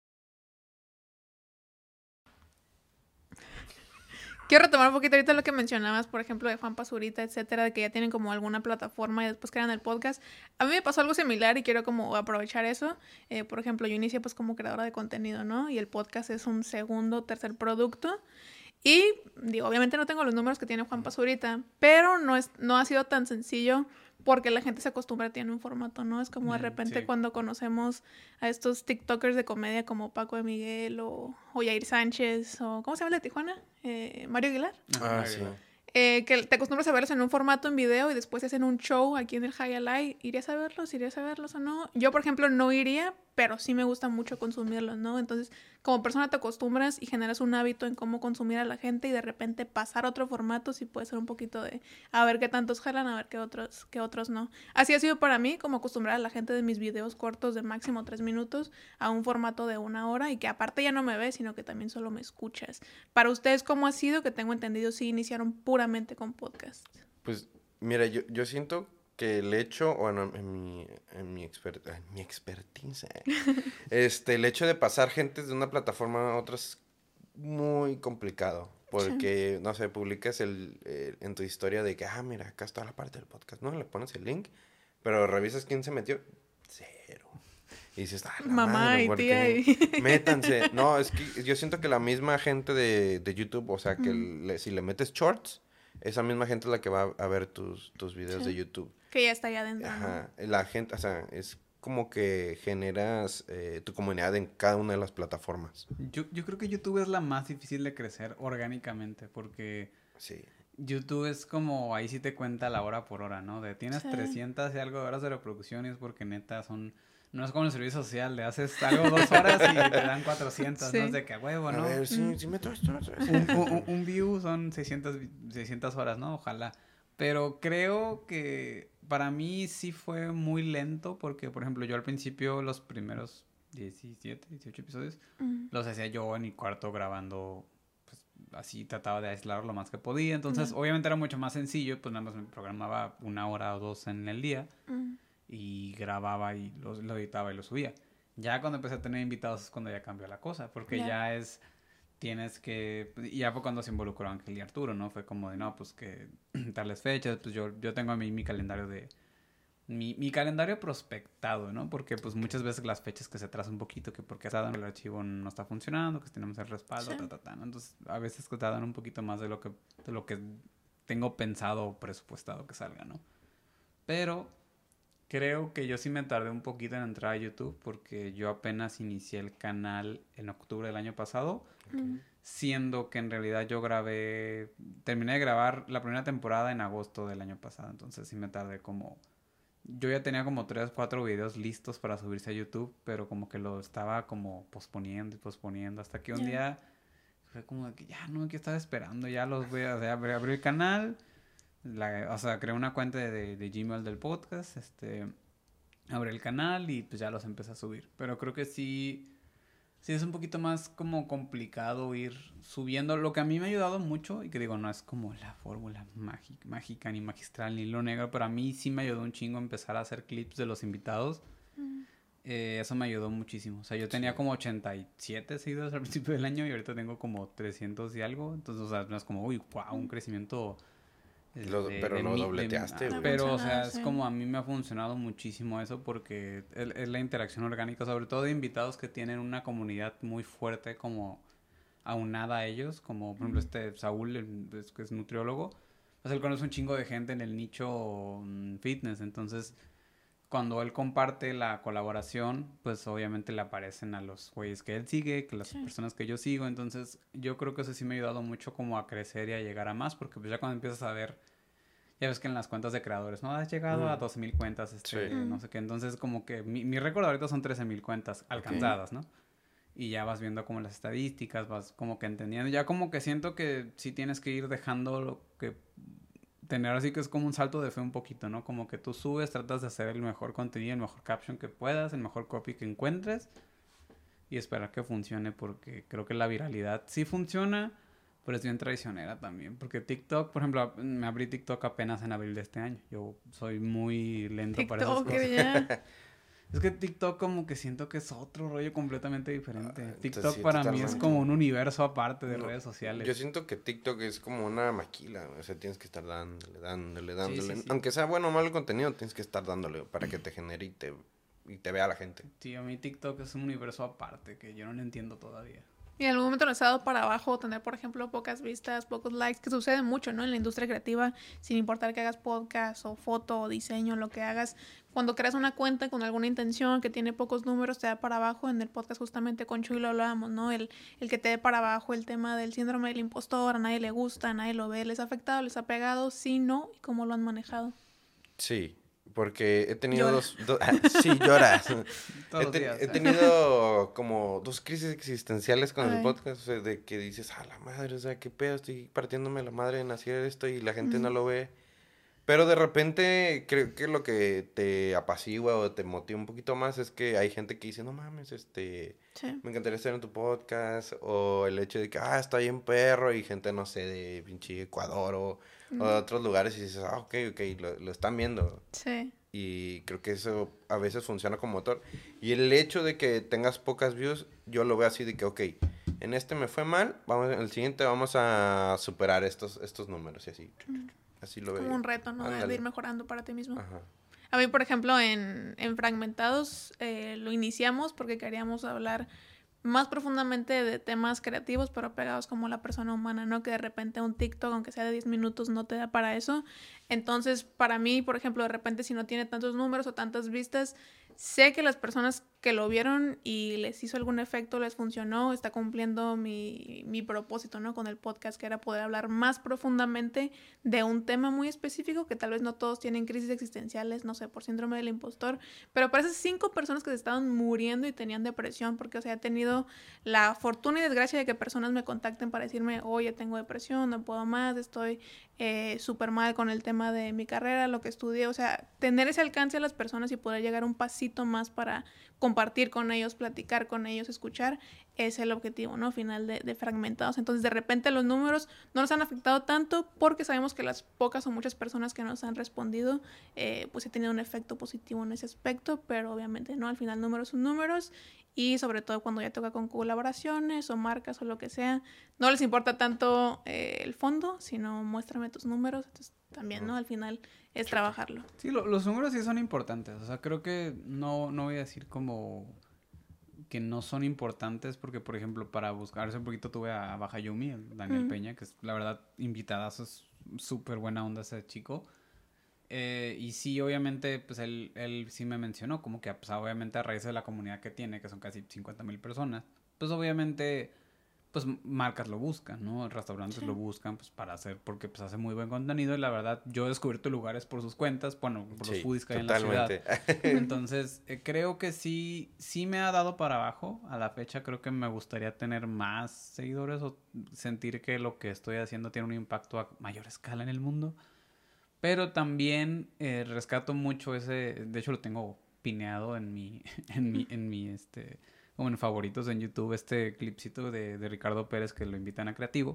Quiero retomar un poquito ahorita lo que mencionabas, por ejemplo, de Juan Pazurita, etcétera, de que ya tienen como alguna plataforma y después crean el podcast. A mí me pasó algo similar y quiero como aprovechar eso. Por ejemplo, yo inicié pues como creadora de contenido, ¿no? Y el podcast es un segundo, tercer producto. Y, digo, obviamente no tengo los números que tiene Juan Pazurita, pero no ha sido tan sencillo porque la gente se acostumbra a tener un formato, ¿no? Es como de repente cuando conocemos a estos TikTokers de comedia como Paco de Miguel o Yair Sánchez o... ¿Cómo se llama el de Tijuana? Mario Aguilar. Sí. Que te acostumbras a verlos en un formato en video y después hacen un show aquí en el High Alive. ¿Irías a verlos o no? Yo, por ejemplo, no iría, pero sí me gusta mucho consumirlos, ¿no? Entonces, como persona te acostumbras y generas un hábito en cómo consumir a la gente y de repente pasar a otro formato sí puede ser un poquito de a ver qué tantos jalan, a ver qué otros no. Así ha sido para mí, como acostumbrar a la gente de mis videos cortos de máximo 3 minutos a un formato de 1 hora y que aparte ya no me ves, sino que también solo me escuchas. Para ustedes, ¿cómo ha sido? Que tengo entendido, sí iniciaron puramente con podcast. Pues, mira, yo siento que el hecho, bueno, en mi expertise, el hecho de pasar gente de una plataforma a otra es muy complicado. Porque, no sé, publicas en tu historia de que, mira, acá está la parte del podcast, ¿no? Le pones el link, pero revisas quién se metió. 0. Y dices, mamá madre, y tía métanse. No, es que yo siento que la misma gente de YouTube, o sea, que si le metes shorts, esa misma gente es la que va a ver tus videos de YouTube. Que ya está allá adentro, Ajá, ¿no? La gente, o sea, es como que generas tu comunidad en cada una de las plataformas. Yo creo que YouTube es la más difícil de crecer orgánicamente, porque sí. YouTube es como, ahí sí te cuenta la hora por hora, ¿no? Tienes 300 y algo de horas de reproducción y es porque neta no es como el servicio social, le haces algo 2 horas y te dan 400, ¿no? Es de que a huevo, ¿no? A ver, sí meto esto. Un view son 600 horas, ¿no? Ojalá. Pero creo que para mí sí fue muy lento porque, por ejemplo, yo al principio los primeros 17, 18 episodios los hacía yo en mi cuarto grabando, pues así trataba de aislar lo más que podía. Entonces, obviamente era mucho más sencillo, pues nada más me programaba 1 hora o 2 en el día y grababa y lo editaba y lo subía. Ya cuando empecé a tener invitados es cuando ya cambió la cosa, porque ya es... Tienes que... Y ya fue cuando se involucró Ángel y Arturo, ¿no? Fue como de, no, pues que tales fechas, pues yo tengo a mí mi calendario de... Mi calendario prospectado, ¿no? Porque pues muchas veces las fechas que se atrasan un poquito, que porque el archivo no está funcionando, que tenemos el respaldo, ¿no? Entonces a veces te dan un poquito más de lo que tengo pensado o presupuestado que salga, ¿no? Pero creo que yo sí me tardé un poquito en entrar a YouTube porque yo apenas inicié el canal en octubre del año pasado, siendo que en realidad terminé de grabar la primera temporada en agosto del año pasado, entonces sí me tardé yo ya tenía como 3 o 4 videos listos para subirse a YouTube, pero como que lo estaba como posponiendo hasta que un día fue como de que ya no, que estaba esperando, ya los voy a abrir el canal. Creé una cuenta de Gmail del podcast, abrí el canal y pues ya los empecé a subir. Pero creo que sí es un poquito más como complicado ir subiendo. Lo que a mí me ha ayudado mucho, y que digo, no es como la fórmula mágica ni magistral ni lo negro, pero a mí sí me ayudó un chingo empezar a hacer clips de los invitados. Eso me ayudó muchísimo. O sea, yo tenía como 87 seguidores al principio del año y ahorita tengo como 300 y algo. Entonces, o sea, no es como, uy, wow, un crecimiento... pero lo dobleteaste. Pero, o sea, es como a mí me ha funcionado muchísimo eso porque es la interacción orgánica, sobre todo de invitados que tienen una comunidad muy fuerte como aunada a ellos, como por ejemplo Saúl, que es nutriólogo, pues él conoce un chingo de gente en el nicho fitness, entonces cuando él comparte la colaboración, pues obviamente le aparecen a los güeyes que él sigue, que las personas que yo sigo, entonces yo creo que eso sí me ha ayudado mucho como a crecer y a llegar a más, porque pues ya cuando empiezas a ver, ya ves que en las cuentas de creadores, ¿no? Has llegado a 12,000 cuentas, no sé qué, entonces como que mi récord ahorita son 13,000 cuentas alcanzadas, ¿no? Y ya vas viendo como las estadísticas, vas como que entendiendo, ya como que siento que sí tienes que ir dejando lo que... tener así que es como un salto de fe un poquito, ¿no? Como que tú subes, tratas de hacer el mejor contenido, el mejor caption que puedas, el mejor copy que encuentres y esperar que funcione porque creo que la viralidad sí funciona, pero es bien traicionera también. Porque TikTok, por ejemplo, me abrí TikTok apenas en abril de este año. Yo soy muy lento para esas cosas. Ya. Es que TikTok como que siento que es otro rollo completamente diferente. TikTok sí, para mí es como un universo aparte de redes sociales. Yo siento que TikTok es como una maquila, o sea, tienes que estar dándole. Sí. Aunque sea bueno o malo el contenido, tienes que estar dándole para que te genere y te vea la gente. Sí, a mí TikTok es un universo aparte que yo no lo entiendo todavía. Y en algún momento no has dado para abajo, tener, por ejemplo, pocas vistas, pocos likes, que sucede mucho, ¿no? En la industria creativa, sin importar que hagas podcast o foto o diseño, lo que hagas. Cuando creas una cuenta con alguna intención que tiene pocos números, te da para abajo. En el podcast justamente con Chuy lo hablábamos, ¿no? El que te dé para abajo, el tema del síndrome del impostor, a nadie le gusta, a nadie lo ve, les ha afectado, les ha pegado, sí, no, y cómo lo han manejado. Sí. Porque he tenido sí, lloras. He tenido como 2 crisis existenciales con el podcast, o sea, de que dices, la madre, o sea, qué pedo, estoy partiéndome la madre en hacer esto y la gente no lo ve. Pero de repente creo que lo que te apacigua o te motiva un poquito más es que hay gente que dice, no mames, me encantaría estar en tu podcast, o el hecho de que, está bien perro, y gente, no sé, de pinche Ecuador o de otros lugares y dices, ok, lo están viendo. Sí. Y creo que eso a veces funciona como motor. Y el hecho de que tengas pocas views, yo lo veo así de que, ok, en este me fue mal, en el siguiente vamos a superar estos números y así. Así lo veo. Como un reto, ¿no? De ir mejorando para ti mismo. Ajá. A mí, por ejemplo, en Fragmentados lo iniciamos porque queríamos hablar más profundamente de temas creativos, pero pegados como la persona humana, ¿no? Que de repente un TikTok, aunque sea de 10 minutos, no te da para eso. Entonces, para mí, por ejemplo, de repente si no tiene tantos números o tantas vistas, sé que las personas que lo vieron y les hizo algún efecto, les funcionó, está cumpliendo mi propósito, ¿no? Con el podcast, que era poder hablar más profundamente de un tema muy específico, que tal vez no todos tienen crisis existenciales, no sé, por síndrome del impostor, pero para esas 5 personas que se estaban muriendo y tenían depresión, porque, o sea, he tenido la fortuna y desgracia de que personas me contacten para decirme, oye, tengo depresión, no puedo más, estoy súper mal con el tema de mi carrera, lo que estudié, o sea, tener ese alcance a las personas y poder llegar un pasito más para compartir con ellos, platicar con ellos, escuchar, es el objetivo, ¿no? Final de Fragmentados. Entonces, de repente los números no nos han afectado tanto porque sabemos que las pocas o muchas personas que nos han respondido, pues he tenido un efecto positivo en ese aspecto, pero obviamente, ¿no? Al final números son números y sobre todo cuando ya toca con colaboraciones o marcas o lo que sea, no les importa tanto el fondo, sino muéstrame tus números. Entonces, también, ¿no? Al final es trabajarlo. Sí, los números sí son importantes. O sea, creo que no voy a decir como que no son importantes porque, por ejemplo, para buscar hace un poquito tuve a Baja Yumi, el Daniel Peña, que es la verdad invitadazo, es súper buena onda ese chico. Y sí, obviamente, pues él sí me mencionó como que, pues obviamente a raíz de la comunidad que tiene, que son casi 50,000 personas, pues obviamente, pues marcas lo buscan, ¿no? Restaurantes lo buscan, pues para hacer, porque pues hace muy buen contenido y la verdad, yo he descubierto lugares por sus cuentas, bueno, por los foodies que hay en la ciudad. Entonces, creo que sí me ha dado para abajo. A la fecha creo que me gustaría tener más seguidores o sentir que lo que estoy haciendo tiene un impacto a mayor escala en el mundo. Pero también rescato mucho ese, de hecho lo tengo pineado en mi como en favoritos en YouTube, este clipcito de Ricardo Pérez que lo invitan a Creativo.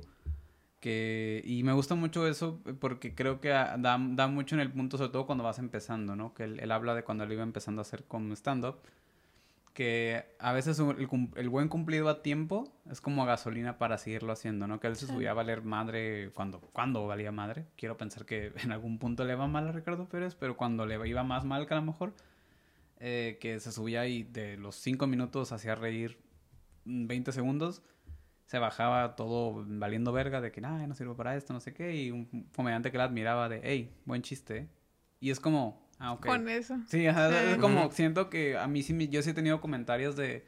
Y me gusta mucho eso porque creo que da mucho en el punto, sobre todo cuando vas empezando, ¿no? Que él habla de cuando él iba empezando a hacer como stand-up. Que a veces el buen cumplido a tiempo es como gasolina para seguirlo haciendo, ¿no? Que él se subía a valer madre cuando valía madre. Quiero pensar que en algún punto le va mal a Ricardo Pérez, pero cuando le iba más mal que a lo mejor, que se subía y de los 5 minutos hacía reír 20 segundos, se bajaba todo valiendo verga de que no sirve para esto, no sé qué, y un comediante que la admiraba de, hey, buen chiste, ¿eh? Y es como... okay. Con eso. Sí, es como siento que a mí yo sí he tenido comentarios de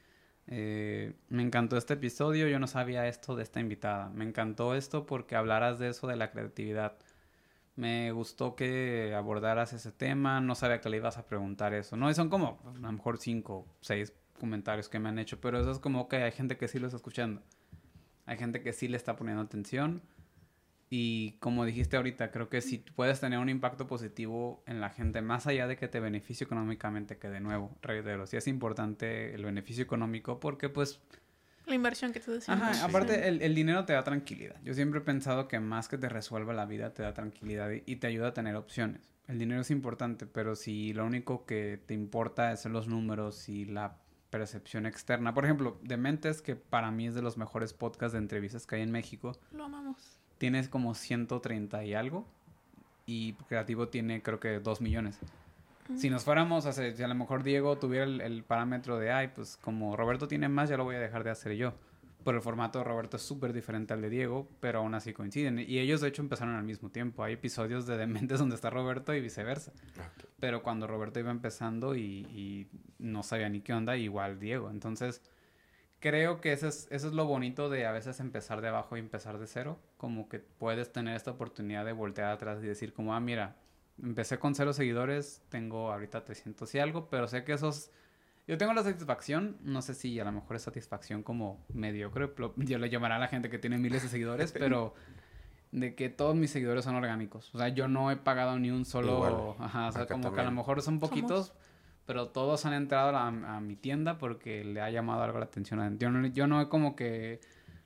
me encantó este episodio, yo no sabía esto de esta invitada, me encantó esto porque hablaras de eso de la creatividad, me gustó que abordaras ese tema, no sabía que le ibas a preguntar eso, ¿no? Y son como a lo mejor 5 o 6 comentarios que me han hecho, pero eso es como que hay gente que sí lo está escuchando, hay gente que sí le está poniendo atención. Y como dijiste ahorita, creo que si puedes tener un impacto positivo en la gente, más allá de que te beneficie económicamente, que de nuevo, reitero, sí es importante el beneficio económico porque pues... La inversión que tú decías. Ajá, aparte el dinero te da tranquilidad. Yo siempre he pensado que más que te resuelva la vida, te da tranquilidad y te ayuda a tener opciones. El dinero es importante, pero si lo único que te importa es los números y la percepción externa. Por ejemplo, Dementes, que para mí es de los mejores podcasts de entrevistas que hay en México. Lo amamos. Tienes como 130 y algo. Y Creativo tiene creo que 2 millones. Si nos fuéramos si a lo mejor Diego tuviera el parámetro de, pues como Roberto tiene más, ya lo voy a dejar de hacer yo. Pero el formato de Roberto es súper diferente al de Diego, pero aún así coinciden. Y ellos de hecho empezaron al mismo tiempo. Hay episodios de Dementes donde está Roberto y viceversa. Okay. Pero cuando Roberto iba empezando y no sabía ni qué onda, igual Diego. Entonces... creo que eso es lo bonito de a veces empezar de abajo y empezar de cero. Como que puedes tener esta oportunidad de voltear atrás y decir como, mira, empecé con 0 seguidores, tengo ahorita 300 y algo, pero sé que yo tengo la satisfacción, no sé si a lo mejor es satisfacción como mediocre, yo le llamaré a la gente que tiene miles de seguidores, pero de que todos mis seguidores son orgánicos. O sea, yo no he pagado ni un solo... Igual, o sea, como que a lo mejor son poquitos... pero todos han entrado a mi tienda porque le ha llamado algo la atención. Yo no he como que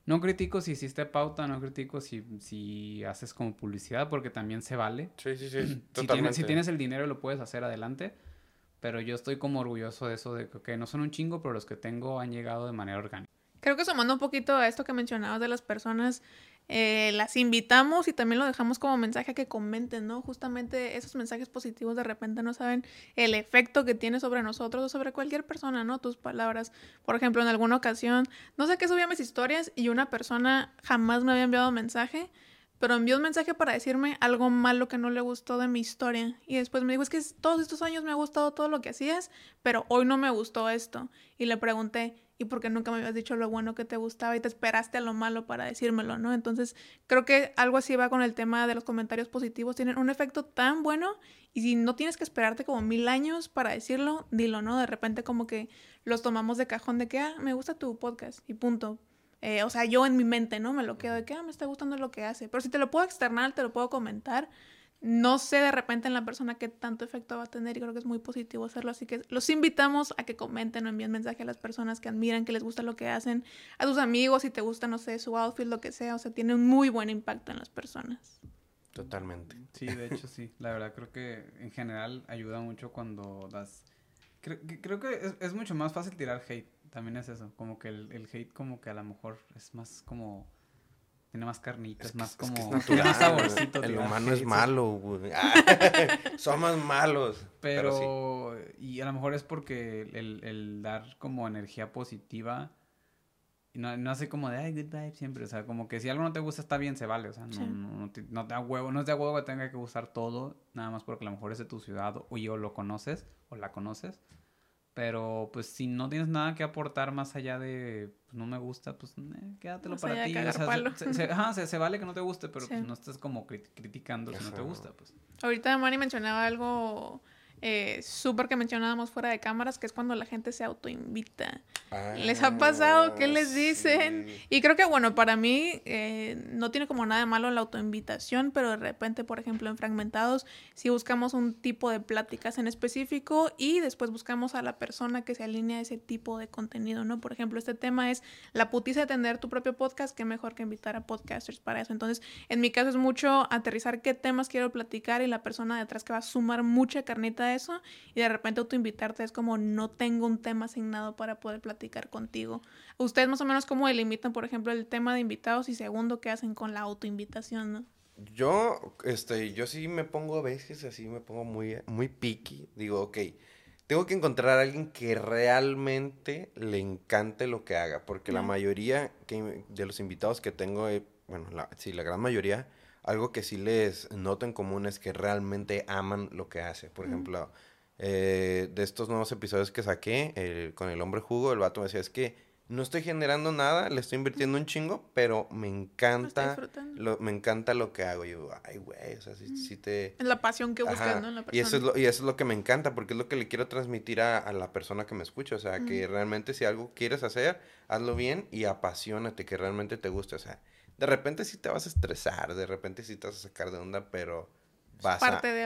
No critico si hiciste pauta, no critico si haces como publicidad, porque también se vale. Sí, totalmente. Si tienes el dinero y lo puedes hacer adelante, pero yo estoy como orgulloso de eso, de que no son un chingo, pero los que tengo han llegado de manera orgánica. Creo que sumando un poquito a esto que mencionabas de las personas, las invitamos y también lo dejamos como mensaje a que comenten, ¿no? Justamente esos mensajes positivos de repente no saben el efecto que tiene sobre nosotros o sobre cualquier persona, ¿no? Tus palabras. Por ejemplo, en alguna ocasión, no sé qué subía mis historias y una persona jamás me había enviado mensaje, pero envió un mensaje para decirme algo malo que no le gustó de mi historia. Y después me dijo, es que todos estos años me ha gustado todo lo que hacías, pero hoy no me gustó esto. Y le pregunté, ¿y por qué nunca me habías dicho lo bueno que te gustaba y te esperaste a lo malo para decírmelo, ¿no? Entonces, creo que algo así va con el tema de los comentarios positivos. Tienen un efecto tan bueno y si no tienes que esperarte como 1000 años para decirlo, dilo, ¿no? De repente como que los tomamos de cajón de que, me gusta tu podcast y punto. O sea, yo en mi mente, ¿no? Me lo quedo de que, me está gustando lo que hace. Pero si te lo puedo externar, te lo puedo comentar. No sé de repente en la persona qué tanto efecto va a tener y creo que es muy positivo hacerlo. Así que los invitamos a que comenten o envíen mensaje a las personas que admiran, que les gusta lo que hacen. A tus amigos, si te gusta, no sé, su outfit, lo que sea. O sea, tiene un muy buen impacto en las personas. Totalmente. Sí, de hecho sí. La verdad creo que en general ayuda mucho cuando das... Creo que es mucho más fácil tirar hate. También es eso, como que el hate como que a lo mejor es más como... Tiene más carnitas, más como... Tiene más saborcito. El humano es malo, güey. Somos malos. Pero sí. Y a lo mejor es porque el dar como energía positiva... No hace como de, good vibe siempre. O sea, como que si algo no te gusta está bien, se vale. O sea, no te da huevo. No es de huevo que tenga que gustar todo. Nada más porque a lo mejor es de tu ciudad o lo conoces o la conoces. Pero, pues, si no tienes nada que aportar más allá de, pues, no me gusta, pues, quédatelo más para ti. O sea, se vale que no te guste, pero pues, no estés como criticando si no te gusta, pues. Ahorita Manny mencionaba algo súper que mencionábamos fuera de cámaras, que es cuando la gente se autoinvita. ¿Les ha pasado? ¿Qué les dicen? Sí. Y creo que, bueno, para mí no tiene como nada de malo la autoinvitación, pero de repente, por ejemplo, en Fragmentados, si buscamos un tipo de pláticas en específico y después buscamos a la persona que se alinea a ese tipo de contenido, ¿no? Por ejemplo, este tema es la putiza de tener tu propio podcast, qué mejor que invitar a podcasters para eso. Entonces, en mi caso es mucho aterrizar qué temas quiero platicar y la persona de atrás que va a sumar mucha carnita a eso y de repente autoinvitarte es como no tengo un tema asignado para poder platicar contigo. ¿Ustedes más o menos cómo delimitan, por ejemplo, el tema de invitados y segundo, qué hacen con la autoinvitación, no? Yo sí me pongo a veces así, me pongo muy, muy picky. Digo, ok, tengo que encontrar a alguien que realmente le encante lo que haga, porque la mayoría de los invitados que tengo, la gran mayoría, algo que sí les noto en común es que realmente aman lo que hace. Por ejemplo, de estos nuevos episodios que saqué con el hombre jugo, el vato me decía, es que no estoy generando nada, le estoy invirtiendo un chingo, pero me encanta lo que hago. Y yo, ay, güey, o sea, sí te... Es la pasión que buscas, ¿no? En la persona. Y eso es lo que me encanta, porque es lo que le quiero transmitir a la persona que me escucha. O sea, que realmente si algo quieres hacer, hazlo bien y apasionate, que realmente te guste. O sea, de repente sí te vas a estresar, de repente sí te vas a sacar de onda, pero vas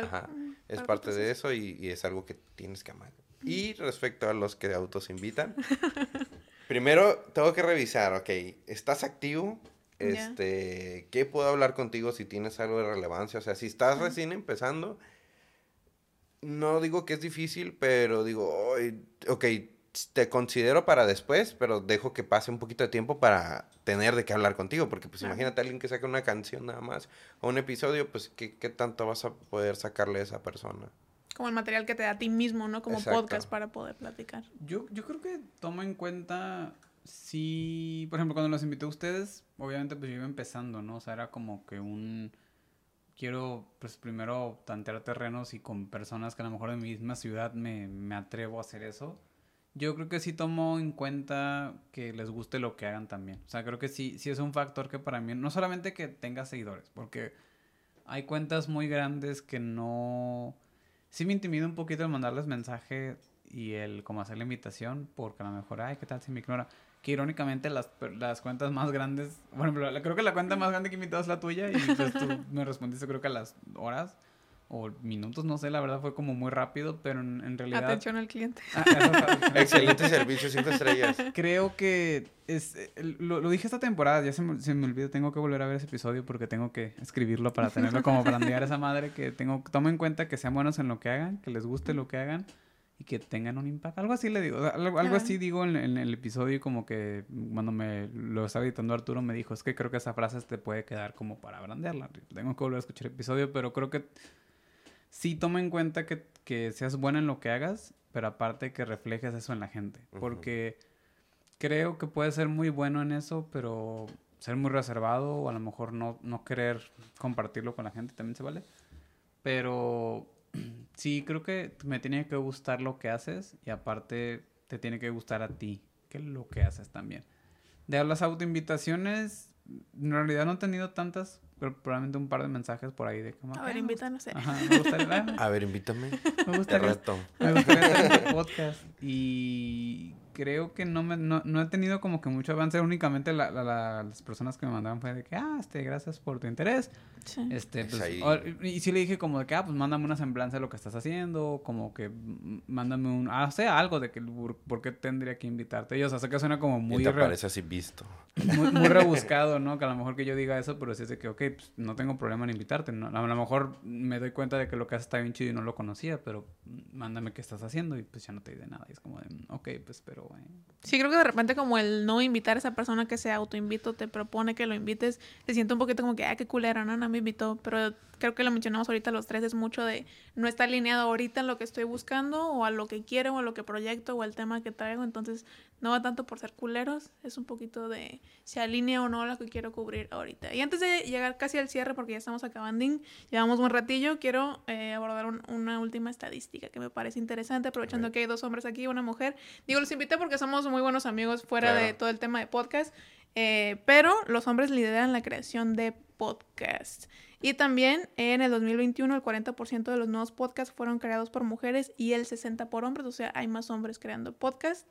es parte de eso y es algo que tienes que amar. Y respecto a los que autoinvitan, primero tengo que revisar, ok, ¿estás activo? ¿Qué puedo hablar contigo si tienes algo de relevancia? O sea, si estás recién empezando, no digo que es difícil, pero digo, ok, te considero para después, pero dejo que pase un poquito de tiempo para tener de qué hablar contigo, porque pues imagínate a alguien que saca una canción nada más, o un episodio, pues ¿qué tanto vas a poder sacarle a esa persona? Como el material que te da a ti mismo, ¿no? Como podcast para poder platicar. Yo creo que tomo en cuenta, si, por ejemplo, cuando los invité a ustedes, obviamente pues yo iba empezando, ¿no? O sea, era como que quiero, pues, primero tantear terrenos y con personas que a lo mejor de mi misma ciudad me atrevo a hacer eso. Yo creo que sí tomo en cuenta que les guste lo que hagan también. O sea, creo que sí es un factor que para mí, no solamente que tenga seguidores, porque hay cuentas muy grandes que no... Sí me intimida un poquito el mandarles mensaje y el como hacer la invitación, porque a lo mejor, ¿qué tal si me ignora? Que irónicamente las cuentas más grandes, bueno, creo que la cuenta más grande que he invitado es la tuya y pues tú me respondiste creo que a las horas. o minutos, no sé, la verdad fue como muy rápido, pero en realidad... Atención al cliente. Excelente servicio, 5 estrellas. Creo que lo dije esta temporada, ya se me olvidó, tengo que volver a ver ese episodio porque tengo que escribirlo para tenerlo como brandear a esa madre, que tomo en cuenta que sean buenos en lo que hagan, que les guste lo que hagan y que tengan un impacto. Algo así le digo, algo así digo en el episodio, y como que cuando me lo estaba editando Arturo me dijo, es que creo que esa frase te puede quedar como para brandearla. Tengo que volver a escuchar el episodio, pero creo que sí toma en cuenta que seas buena en lo que hagas, pero aparte que reflejes eso en la gente. Porque creo que puedes ser muy bueno en eso, pero ser muy reservado o a lo mejor no querer compartirlo con la gente también se vale. Pero sí, creo que me tiene que gustar lo que haces y aparte te tiene que gustar a ti, que es lo que haces también. De las autoinvitaciones, en realidad no he tenido tantas, pero probablemente un par de mensajes por ahí de como... A ver, invítanos. Ajá, me gustaría... A ver, invítame. Me gustaría estar en el podcast. Y creo que no he tenido como que mucho avance. Únicamente las personas que me mandaban fue de que, gracias por tu interés. Sí. Pues, y sí le dije como de que, pues mándame una semblanza de lo que estás haciendo. Como que mándame algo de que por qué tendría que invitarte. Y o sea, sé que suena como muy... Y te parece así visto. Muy rebuscado, ¿no? Que a lo mejor que yo diga eso, pero sí es de que, ok, pues no tengo problema en invitarte, ¿no? A lo mejor me doy cuenta de que lo que haces está bien chido y no lo conocía, pero mándame qué estás haciendo y pues ya no te diré nada. Y es como de, ok, pues, pero... Sí, creo que de repente como el no invitar a esa persona que se autoinvito, te propone que lo invites, te siento un poquito como que, qué culero, ¿no? No me invitó, pero creo que lo mencionamos ahorita los tres, es mucho de no estar alineado ahorita en lo que estoy buscando o a lo que quiero o a lo que proyecto o al tema que traigo, entonces no va tanto por ser culeros, es un poquito de se alinea o no a lo que quiero cubrir ahorita. Y antes de llegar casi al cierre, porque ya estamos acabando, llevamos un ratillo, quiero abordar una última estadística que me parece interesante, aprovechando que hay 2 hombres aquí y una mujer. Digo, los invité porque somos muy buenos amigos fuera de todo el tema de podcast, pero los hombres lideran la creación de podcasts. Y también en el 2021 el 40% de los nuevos podcasts fueron creados por mujeres y el 60% por hombres, o sea, hay más hombres creando podcasts.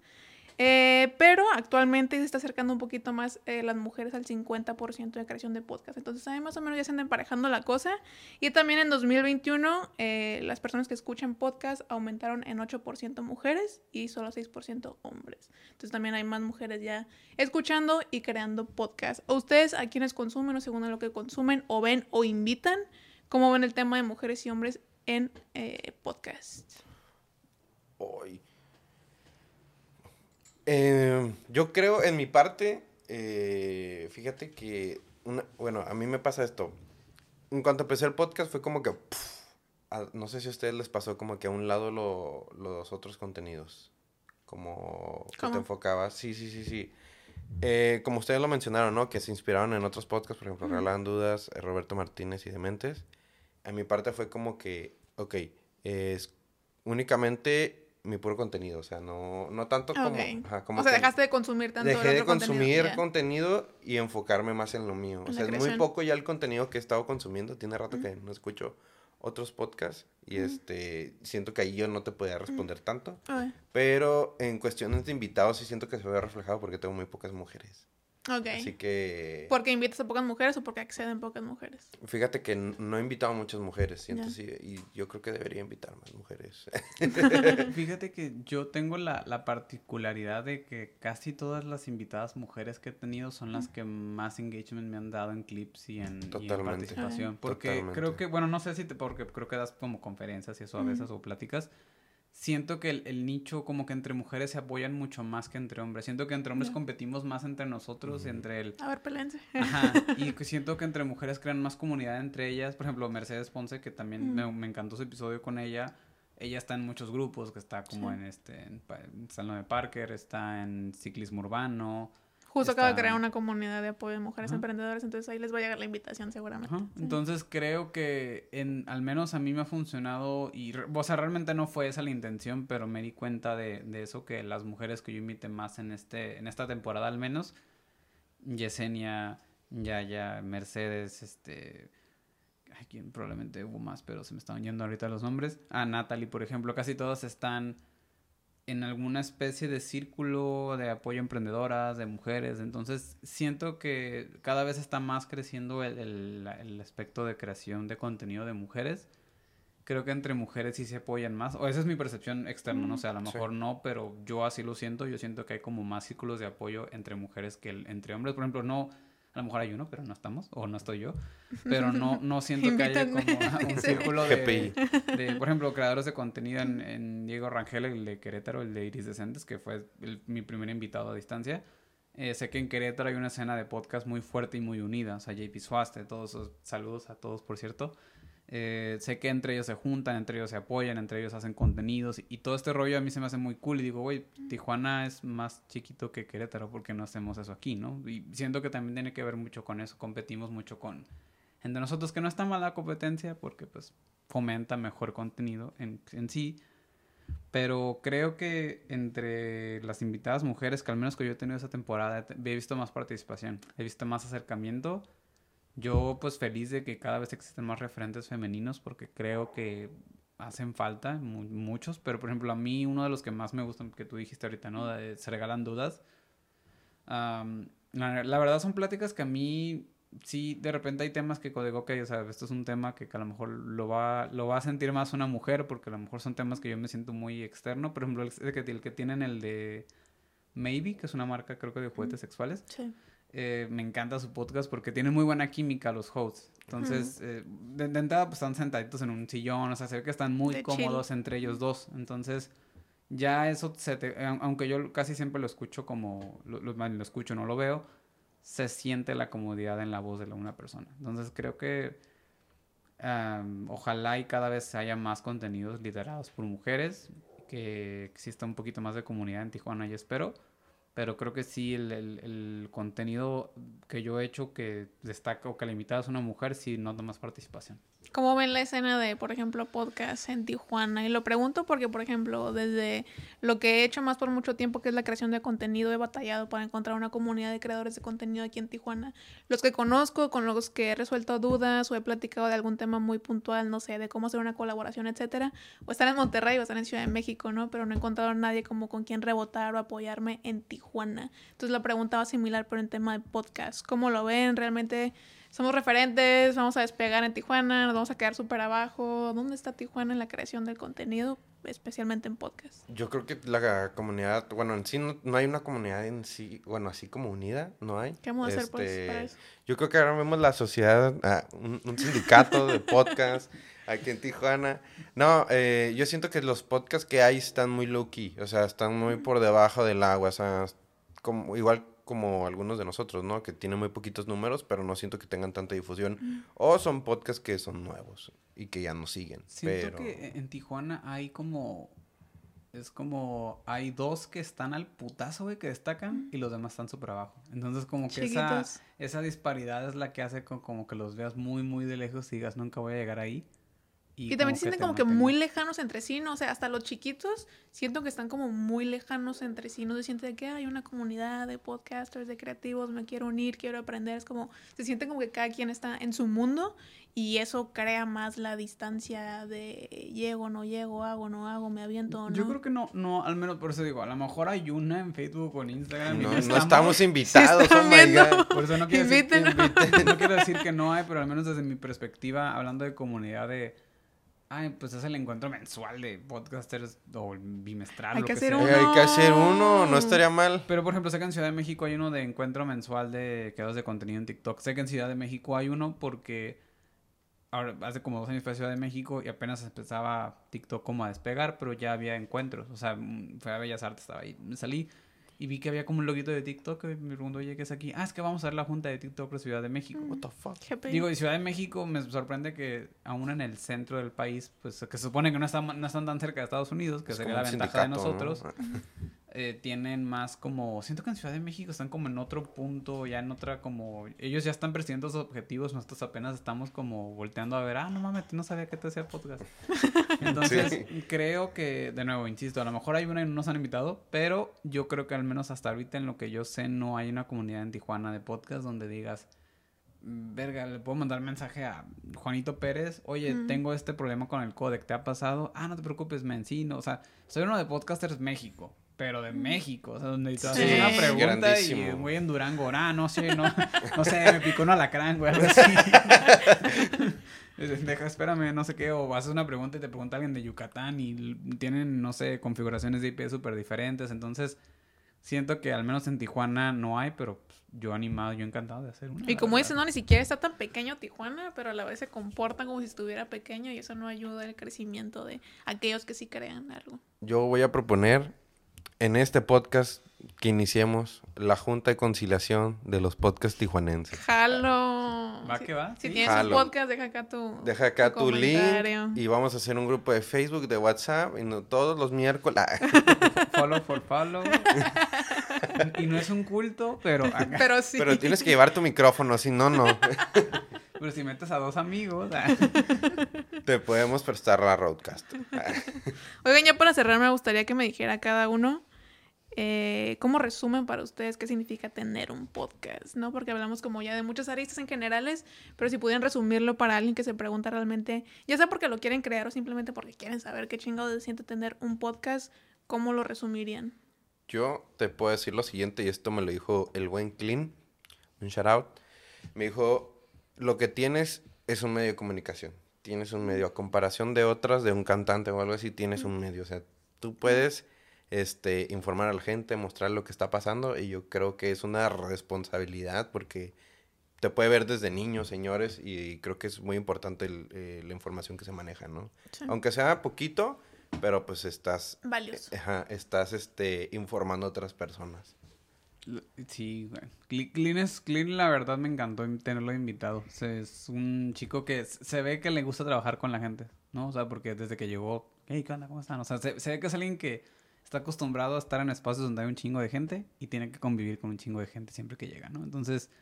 Pero actualmente se está acercando un poquito más las mujeres al 50% de creación de podcast. Entonces ahí más o menos ya se anda emparejando la cosa. Y también en 2021 las personas que escuchan podcast aumentaron en 8% mujeres y solo 6% hombres. Entonces también hay más mujeres ya escuchando y creando podcast. ¿O ustedes a quienes consumen o según lo que consumen o ven o invitan? ¿Cómo ven el tema de mujeres y hombres en podcast? Hoy... yo creo, en mi parte, fíjate que, a mí me pasa esto. En cuanto empecé el podcast fue como que, no sé si a ustedes les pasó como que a un lado los otros contenidos. Como que te enfocabas. Sí. Como ustedes lo mencionaron, ¿no? Que se inspiraron en otros podcasts, por ejemplo, Regalan Dudas, Roberto Martínez y Dementes. A mi parte fue como que, es únicamente mi puro contenido, o sea, no tanto como... o sea, dejaste de consumir tanto dejé de consumir contenido y enfocarme más en lo mío. O sea, es muy poco ya el contenido que he estado consumiendo. Tiene rato que no escucho otros podcasts y siento que ahí yo no te podía responder tanto. Pero en cuestiones de invitados sí siento que se ve reflejado porque tengo muy pocas mujeres. Así que... ¿Porque invitas a pocas mujeres o porque acceden pocas mujeres? Fíjate que no he invitado a muchas mujeres, siento así, y yo creo que debería invitar más mujeres. Fíjate que yo tengo la particularidad de que casi todas las invitadas mujeres que he tenido son las que más engagement me han dado en clips y en participación. Porque creo que, no sé porque creo que das como conferencias y eso a veces o pláticas. Siento que el nicho como que entre mujeres se apoyan mucho más que entre hombres. Siento que entre hombres competimos más entre nosotros, entre el... A ver, pelense. Ajá, y siento que entre mujeres crean más comunidad entre ellas. Por ejemplo, Mercedes Ponce, que también me encantó su episodio con ella. Ella está en muchos grupos, que está como está en lo de Parker, está en ciclismo urbano... Justo acaba de crear una comunidad de apoyo de mujeres emprendedoras, entonces ahí les va a llegar la invitación seguramente. Sí. Entonces creo que al menos a mí me ha funcionado y, o sea, realmente no fue esa la intención, pero me di cuenta de eso, que las mujeres que yo invité más en esta temporada al menos, Yesenia, Yaya, Mercedes, quien probablemente hubo más, pero se me estaban yendo ahorita los nombres. Natalie, por ejemplo, casi todas están en alguna especie de círculo de apoyo a emprendedoras, de mujeres. Entonces siento que cada vez está más creciendo el aspecto de creación de contenido de mujeres creo que entre mujeres sí se apoyan más. O esa es mi percepción externa, no sé, a lo mejor no, pero yo así lo siento. Yo siento que hay como más círculos de apoyo entre mujeres que entre hombres. Por ejemplo, no, a lo mejor hay uno, pero no estamos, o no estoy yo. Pero no siento que haya como un círculo de, por ejemplo, creadores de contenido en Diego Rangel, el de Querétaro, el de Irisdecentes, que fue mi primer invitado a distancia. Sé que en Querétaro hay una escena de podcast muy fuerte y muy unida. O sea, JP Suaste, todos esos saludos a todos, por cierto. Sé que entre ellos se juntan, entre ellos se apoyan, entre ellos hacen contenidos y todo este rollo a mí se me hace muy cool y digo, güey, Tijuana es más chiquito que Querétaro, ¿por qué no hacemos eso aquí, no? Y siento que también tiene que ver mucho con eso, competimos mucho con entre nosotros, que no está mal la competencia porque pues fomenta mejor contenido en sí, pero creo que entre las invitadas mujeres, que al menos que yo he tenido esa temporada, he visto más participación, he visto más acercamiento. Yo pues feliz de que cada vez existen más referentes femeninos porque creo que hacen falta muchos, pero por ejemplo a mí uno de los que más me gustan, que tú dijiste ahorita, ¿no? Se regalan dudas. La verdad son pláticas que a mí sí, de repente hay temas que digo, ok, o sea, esto es un tema que a lo mejor lo va a sentir más una mujer porque a lo mejor son temas que yo me siento muy externo. Por ejemplo, el que tienen el de Maybe, que es una marca creo que de juguetes sexuales. Sí. Me encanta su podcast porque tiene muy buena química los hosts. Entonces, de entrada pues están sentaditos en un sillón, o sea, se ve que están muy de cómodos chill. Entre ellos dos. Entonces, ya eso aunque yo casi siempre lo escucho como, lo escucho, no lo veo, se siente la comodidad en la voz de una persona. Entonces, creo que ojalá y cada vez haya más contenidos liderados por mujeres, que exista un poquito más de comunidad en Tijuana, y espero. Pero creo que sí, el contenido que yo he hecho que destaca o que la invitada es una mujer, sí nota más participación. ¿Cómo ven la escena de, por ejemplo, podcast en Tijuana? Y lo pregunto porque, por ejemplo, desde lo que he hecho más por mucho tiempo, que es la creación de contenido, he batallado para encontrar una comunidad de creadores de contenido aquí en Tijuana. Los que conozco, con los que he resuelto dudas o he platicado de algún tema muy puntual, no sé, de cómo hacer una colaboración, etcétera, o están en Monterrey o están en Ciudad de México, ¿no? Pero no he encontrado a nadie como con quien rebotar o apoyarme en Tijuana. Entonces la pregunta va similar, pero en tema de podcast. ¿Cómo lo ven? ¿Realmente somos referentes? ¿Vamos a despegar en Tijuana? ¿Nos vamos a quedar súper abajo? ¿Dónde está Tijuana en la creación del contenido, especialmente en podcast? Yo creo que la comunidad, bueno, en sí no hay una comunidad en sí, bueno, así como unida, no hay. ¿Qué vamos a hacer pues para eso? Yo creo que ahora vemos la sociedad, un sindicato de podcast aquí en Tijuana. No, yo siento que los podcasts que hay están muy low-key, o sea, están muy por debajo del agua, o sea, igual como algunos de nosotros, ¿no? Que tienen muy poquitos números, pero no siento que tengan tanta difusión. O son podcasts que son nuevos y que ya no siguen. Siento que en Tijuana hay hay dos que están al putazo, güey, que destacan, y los demás están súper abajo. Entonces como que esa disparidad es la que hace como que los veas muy, muy de lejos y digas, nunca voy a llegar ahí. Y también se sienten como que muy lejanos entre sí, ¿no? O sea, hasta los chiquitos siento que están como muy lejanos entre sí. No se siente de que hay una comunidad de podcasters, de creativos, me quiero unir, quiero aprender. Es como, se siente como que cada quien está en su mundo y eso crea más la distancia de llego, no llego, hago, no hago, me aviento, ¿no? Yo creo que no, al menos por eso digo, a lo mejor hay una en Facebook o en Instagram. No estamos invitados, oh my God. Por eso no quiero decir que no hay, pero al menos desde mi perspectiva, hablando de comunidad pues es el encuentro mensual de podcasters o bimestral. Hay que hacer uno. Hay que hacer uno, no estaría mal. Pero por ejemplo, sé que en Ciudad de México hay uno de encuentro mensual de creadores de contenido en TikTok. Sé que en Ciudad de México hay uno porque ahora hace como 2 años fue a Ciudad de México y apenas empezaba TikTok como a despegar, pero ya había encuentros. O sea, fue a Bellas Artes, estaba ahí. Me salí y vi que había como un loguito de TikTok. Y me preguntó, oye, ¿qué es aquí? Es que vamos a ver la junta de TikTok de Ciudad de México. What the fuck? Digo, y Ciudad de México me sorprende que aún en el centro del país, pues que se supone que no están tan cerca de Estados Unidos, que sería la ventaja de nosotros, ¿no? Tienen más como... Siento que en Ciudad de México están como en otro punto, ya en otra como... Ellos ya están persiguiendo sus objetivos, nosotros apenas estamos como volteando a ver, no mames, no sabía que te hacía podcast. Entonces, creo que, de nuevo, insisto, a lo mejor hay una y no nos han invitado, pero yo creo que al menos hasta ahorita, en lo que yo sé, no hay una comunidad en Tijuana de podcast donde digas, verga, le puedo mandar mensaje a Juanito Pérez, oye, tengo este problema con el codec, ¿te ha pasado? No te preocupes, men, sí, no, o sea, soy uno de Podcasters México, pero de México, o sea, donde te haces una pregunta grandísimo. Y un güey en Durango, no sé, me picó un alacrán, güey, algo así. Espérame, no sé qué, o haces una pregunta y te pregunta alguien de Yucatán y tienen, no sé, configuraciones de IP súper diferentes, entonces siento que al menos en Tijuana no hay, pero yo encantado de hacer una. Y como dicen, no, ni siquiera está tan pequeño Tijuana, pero a la vez se comportan como si estuviera pequeño y eso no ayuda al crecimiento de aquellos que sí crean algo. Yo voy a proponer en este podcast que iniciemos la Junta de Conciliación de los podcasts tijuanenses. ¡Jalo! ¿Va que va? Si ¿sí? Tienes un podcast, deja acá tu link y vamos a hacer un grupo de Facebook, de WhatsApp, y todos los miércoles. Follow for follow. Y no es un culto, pero... Pero sí. Pero tienes que llevar tu micrófono, si no. Pero si metes a 2 amigos... Te podemos prestar la Roadcast. Oigan, ya para cerrar me gustaría que me dijera cada uno cómo resumen para ustedes qué significa tener un podcast, ¿no? Porque hablamos como ya de muchas aristas en generales, pero si pudieran resumirlo para alguien que se pregunta realmente, ya sea porque lo quieren crear o simplemente porque quieren saber qué chingado se siente tener un podcast, ¿cómo lo resumirían? Yo te puedo decir lo siguiente, y esto me lo dijo el buen Clean, un shout out. Me dijo, lo que tienes es un medio de comunicación. Tienes un medio, a comparación de otras, de un cantante o algo así, tienes un medio. O sea, tú puedes informar a la gente, mostrar lo que está pasando, y yo creo que es una responsabilidad porque te puede ver desde niños, señores, y creo que es muy importante la información que se maneja, ¿no? Sí. Aunque sea poquito, pero pues estás... valioso. Estás informando a otras personas. Sí, güey. Clean, la verdad me encantó tenerlo invitado. O sea, es un chico que se ve que le gusta trabajar con la gente, ¿no? O sea, porque desde que llegó, hey, ¿qué onda? ¿Cómo están? O sea, se ve que es alguien que está acostumbrado a estar en espacios donde hay un chingo de gente y tiene que convivir con un chingo de gente siempre que llega, ¿no? Entonces,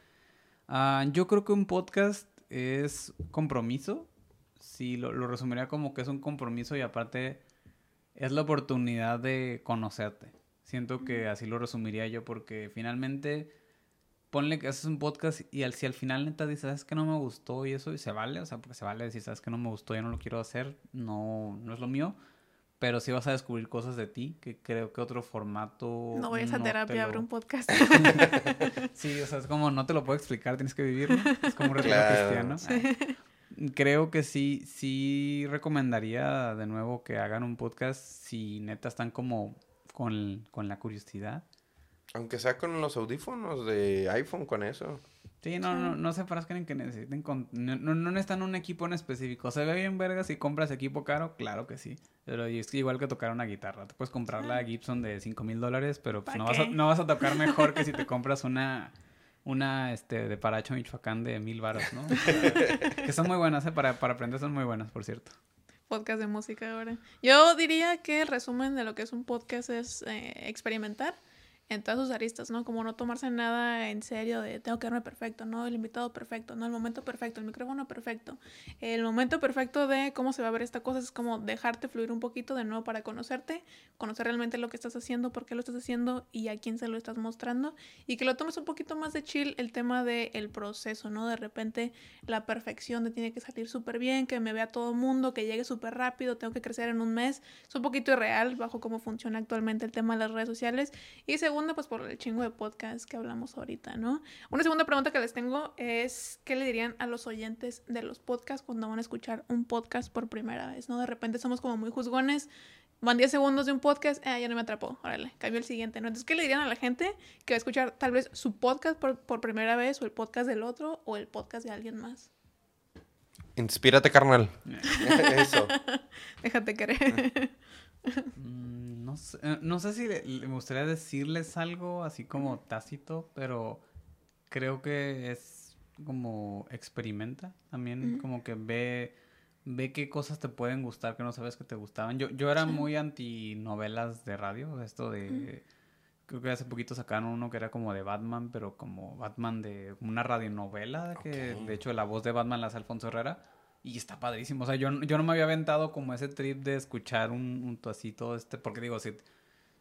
yo creo que un podcast es compromiso. Sí, lo resumiría como que es un compromiso y aparte es la oportunidad de conocerte. Siento que así lo resumiría yo porque finalmente ponle que haces un podcast y si al final neta dices, ¿sabes que no me gustó? Y eso, y se vale, o sea, porque se vale decir, ¿sabes que no me gustó? Ya no lo quiero hacer, no es lo mío. Pero sí vas a descubrir cosas de ti que creo que otro formato... No vayas a terapia, abre un podcast. Sí, o sea, es como no te lo puedo explicar, tienes que vivirlo. Es como un retiro cristiano. Sí. Creo que sí recomendaría de nuevo que hagan un podcast si neta están como con la curiosidad. Aunque sea con los audífonos de iPhone, con eso. Sí, no se frasquen en que necesiten... No necesitan un equipo en específico. ¿Se ve bien verga si compras equipo caro? Claro que sí. Pero es igual que tocar una guitarra. Te puedes comprar la Gibson de $5,000, pero pues no vas a tocar mejor que si te compras una de Paracho, Michoacán de 1,000 varos, ¿no? O sea, que son muy buenas, para aprender son muy buenas, por cierto. Podcast de música ahora. Yo diría que el resumen de lo que es un podcast es experimentar en todas sus aristas, ¿no? Como no tomarse nada en serio de tengo que verme perfecto, ¿no? El invitado perfecto, ¿no? El momento perfecto, el micrófono perfecto. El momento perfecto de cómo se va a ver esta cosa es como dejarte fluir un poquito de nuevo para conocerte, conocer realmente lo que estás haciendo, por qué lo estás haciendo y a quién se lo estás mostrando y que lo tomes un poquito más de chill el tema del proceso, ¿no? De repente la perfección de tiene que salir súper bien, que me vea todo el mundo, que llegue súper rápido, tengo que crecer en un mes. Es un poquito irreal bajo cómo funciona actualmente el tema de las redes sociales. Y segunda, pues por el chingo de podcast que hablamos ahorita, ¿no? Una segunda pregunta que les tengo es ¿qué le dirían a los oyentes de los podcasts cuando van a escuchar un podcast por primera vez, ¿no? De repente somos como muy juzgones, van 10 segundos de un podcast, ya no me atrapó, órale, cambio el siguiente, ¿no? Entonces, ¿qué le dirían a la gente que va a escuchar tal vez su podcast por primera vez o el podcast del otro o el podcast de alguien más? Inspírate, carnal. Eso. Déjate querer. No sé si me gustaría decirles algo así como tácito, pero creo que es como experimenta también, como que ve qué cosas te pueden gustar que no sabes que te gustaban. Yo era muy anti novelas de radio, esto de... Creo que hace poquito sacaron uno que era como de Batman, pero como Batman de una radionovela, que de hecho la voz de Batman la hace Alfonso Herrera. Y está padrísimo. O sea, yo no me había aventado como ese trip de escuchar un así todo porque digo, si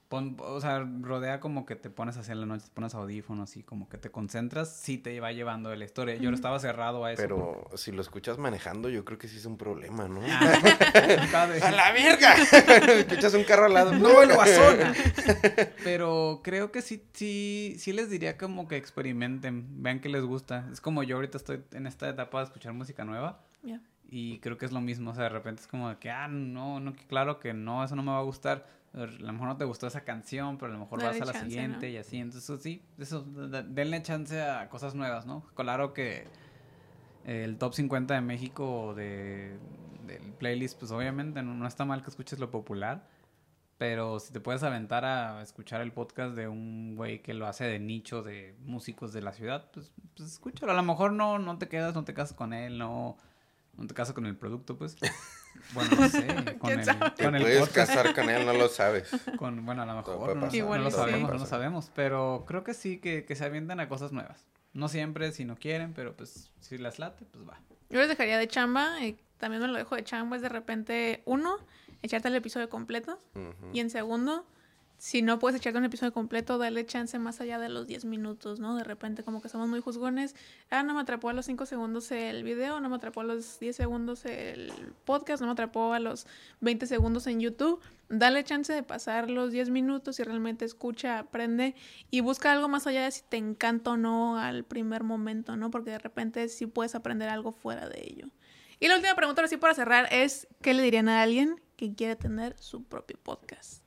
o sea, rodea como que te pones así en la noche, te pones audífonos y como que te concentras, sí te va llevando de la historia. Yo estaba cerrado a eso. Pero si lo escuchas manejando, yo creo que sí es un problema, ¿no? ¡A la verga! Escuchas un carro al lado. ¡No, lo zona! Pero creo que sí les diría como que experimenten, vean qué les gusta. Es como yo ahorita estoy en esta etapa de escuchar música nueva. Yeah. Y creo que es lo mismo, o sea, de repente es como de que, no, claro que no, eso no me va a gustar. A lo mejor no te gustó esa canción, pero a lo mejor vas a la siguiente, ¿no? Y así. Entonces, sí, denle chance a cosas nuevas, ¿no? Claro que el top 50 de México del playlist, pues obviamente no está mal que escuches lo popular, pero si te puedes aventar a escuchar el podcast de un güey que lo hace de nicho de músicos de la ciudad, pues escúchalo. A lo mejor no te casas con él, no te casas con el producto, pues. Bueno, no sé. Con el puedes casar con él, no lo sabes. Bueno, a lo mejor no lo sabemos. Pero creo que sí, que se avientan a cosas nuevas. No siempre, si no quieren, pero pues si las late, pues va. Yo les dejaría de chamba, también me lo dejo de chamba, es de repente, echarte el episodio completo. Uh-huh. Y en segundo, si no puedes echarte un episodio completo, dale chance más allá de los 10 minutos, ¿no? De repente como que somos muy juzgones. No me atrapó a los 5 segundos el video, no me atrapó a los 10 segundos el podcast, no me atrapó a los 20 segundos en YouTube. Dale chance de pasar los 10 minutos y realmente escucha, aprende y busca algo más allá de si te encanta o no al primer momento, ¿no? Porque de repente sí puedes aprender algo fuera de ello. Y la última pregunta, así para cerrar, es ¿qué le dirían a alguien que quiere tener su propio podcast?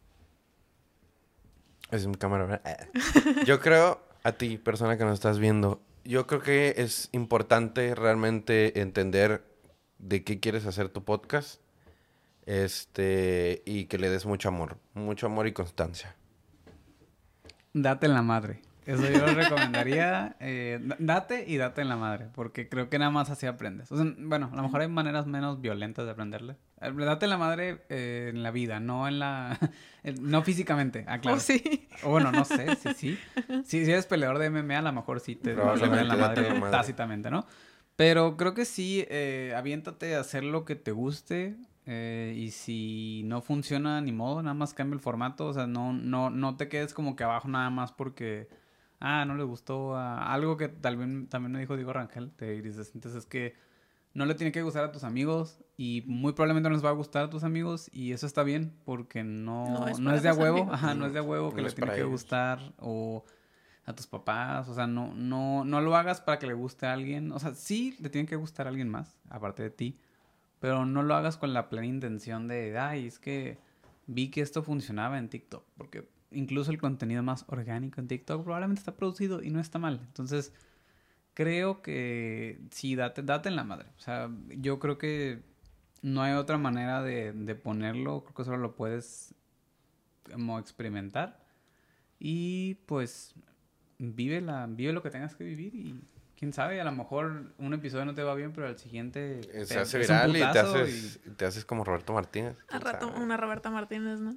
Es un cámara. Yo creo, a ti, persona que nos estás viendo, yo creo que es importante realmente entender de qué quieres hacer tu podcast, y que le des mucho amor y constancia. Date en la madre. Eso yo lo recomendaría. Date en la madre, porque creo que nada más así aprendes. O sea, bueno, a lo mejor hay maneras menos violentas de aprenderle. Date en la madre en la vida, no no físicamente, claro. Oh, sí. O bueno, no sé, sí. Si eres peleador de MMA, a lo mejor sí te vas a dar en la madre tácitamente, ¿no? Pero creo que sí, aviéntate a hacer lo que te guste. Y si no funciona, ni modo, nada más cambia el formato. O sea, no te quedes como que abajo nada más porque no le gustó algo que también me dijo Diego Rangel de Iris. Entonces es que no le tiene que gustar a tus amigos y muy probablemente no les va a gustar a tus amigos y eso está bien porque no es de a huevo. Ajá, no es de a huevo que le tiene que gustar o a tus papás. O sea, no lo hagas para que le guste a alguien. O sea, sí le tiene que gustar a alguien más, aparte de ti. Pero no lo hagas con la plena intención de, es que vi que esto funcionaba en TikTok. Porque incluso el contenido más orgánico en TikTok probablemente está producido y no está mal. Entonces, creo que sí, date en la madre. O sea, yo creo que no hay otra manera de ponerlo. Creo que solo lo puedes como experimentar. Y pues, vive lo que tengas que vivir y... quién sabe, a lo mejor un episodio no te va bien, pero al siguiente se hace viral y te haces como Roberto Martínez. Una Roberta Martínez, ¿no?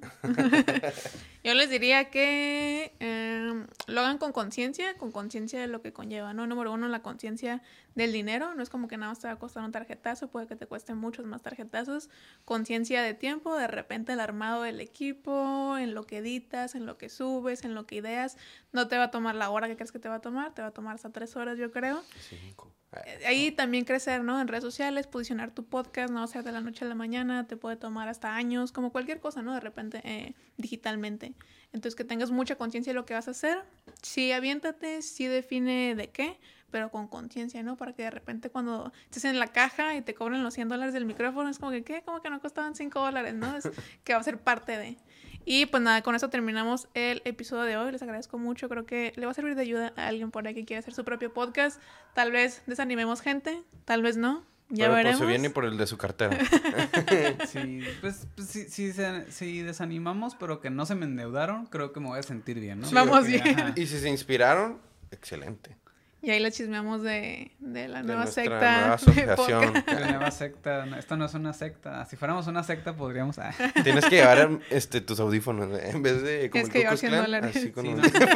Yo les diría que lo hagan con conciencia de lo que conlleva, ¿no? Número 1, la conciencia del dinero. No es como que nada más te va a costar un tarjetazo, puede que te cuesten muchos más tarjetazos. Conciencia de tiempo, de repente el armado del equipo, en lo que editas, en lo que subes, en lo que ideas. No te va a tomar la hora que crees que te va a tomar hasta 3 horas, yo creo. 5. Ahí también crecer, ¿no? En redes sociales, posicionar tu podcast, no va a ser de la noche a la mañana, te puede tomar hasta años, como cualquier cosa, ¿no? De repente, digitalmente. Entonces, que tengas mucha conciencia de lo que vas a hacer. Sí, aviéntate, sí define de qué, pero con conciencia, ¿no? Para que de repente cuando estés en la caja y te cobren los $100 del micrófono, es como que, ¿qué? Como que no costaban $5, ¿no? Es que va a ser parte de... Y pues nada, con eso terminamos el episodio de hoy. Les agradezco mucho. Creo que le va a servir de ayuda a alguien por ahí que quiera hacer su propio podcast. Tal vez desanimemos gente, tal vez no. Ya veremos. Por su bien y por el de su cartera. Sí, pues si desanimamos, pero que no se me endeudaron, creo que me voy a sentir bien, ¿no? Sí, vamos bien. Ajá. Y si se inspiraron, excelente. Y ahí le chismeamos de la nueva secta. Nueva asociación. La nueva secta. Esto no es una secta. Si fuéramos una secta, podríamos... Tienes que llevar tus audífonos. En vez de... Tienes que llevar $100. Así con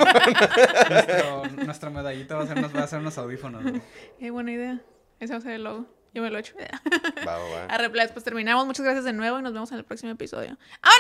nuestra medallita va a ser unos audífonos. Buena idea. Ese va a ser el logo. Yo me lo he hecho. Va. Después terminamos. Muchas gracias de nuevo y nos vemos en el próximo episodio. ¡Ahora!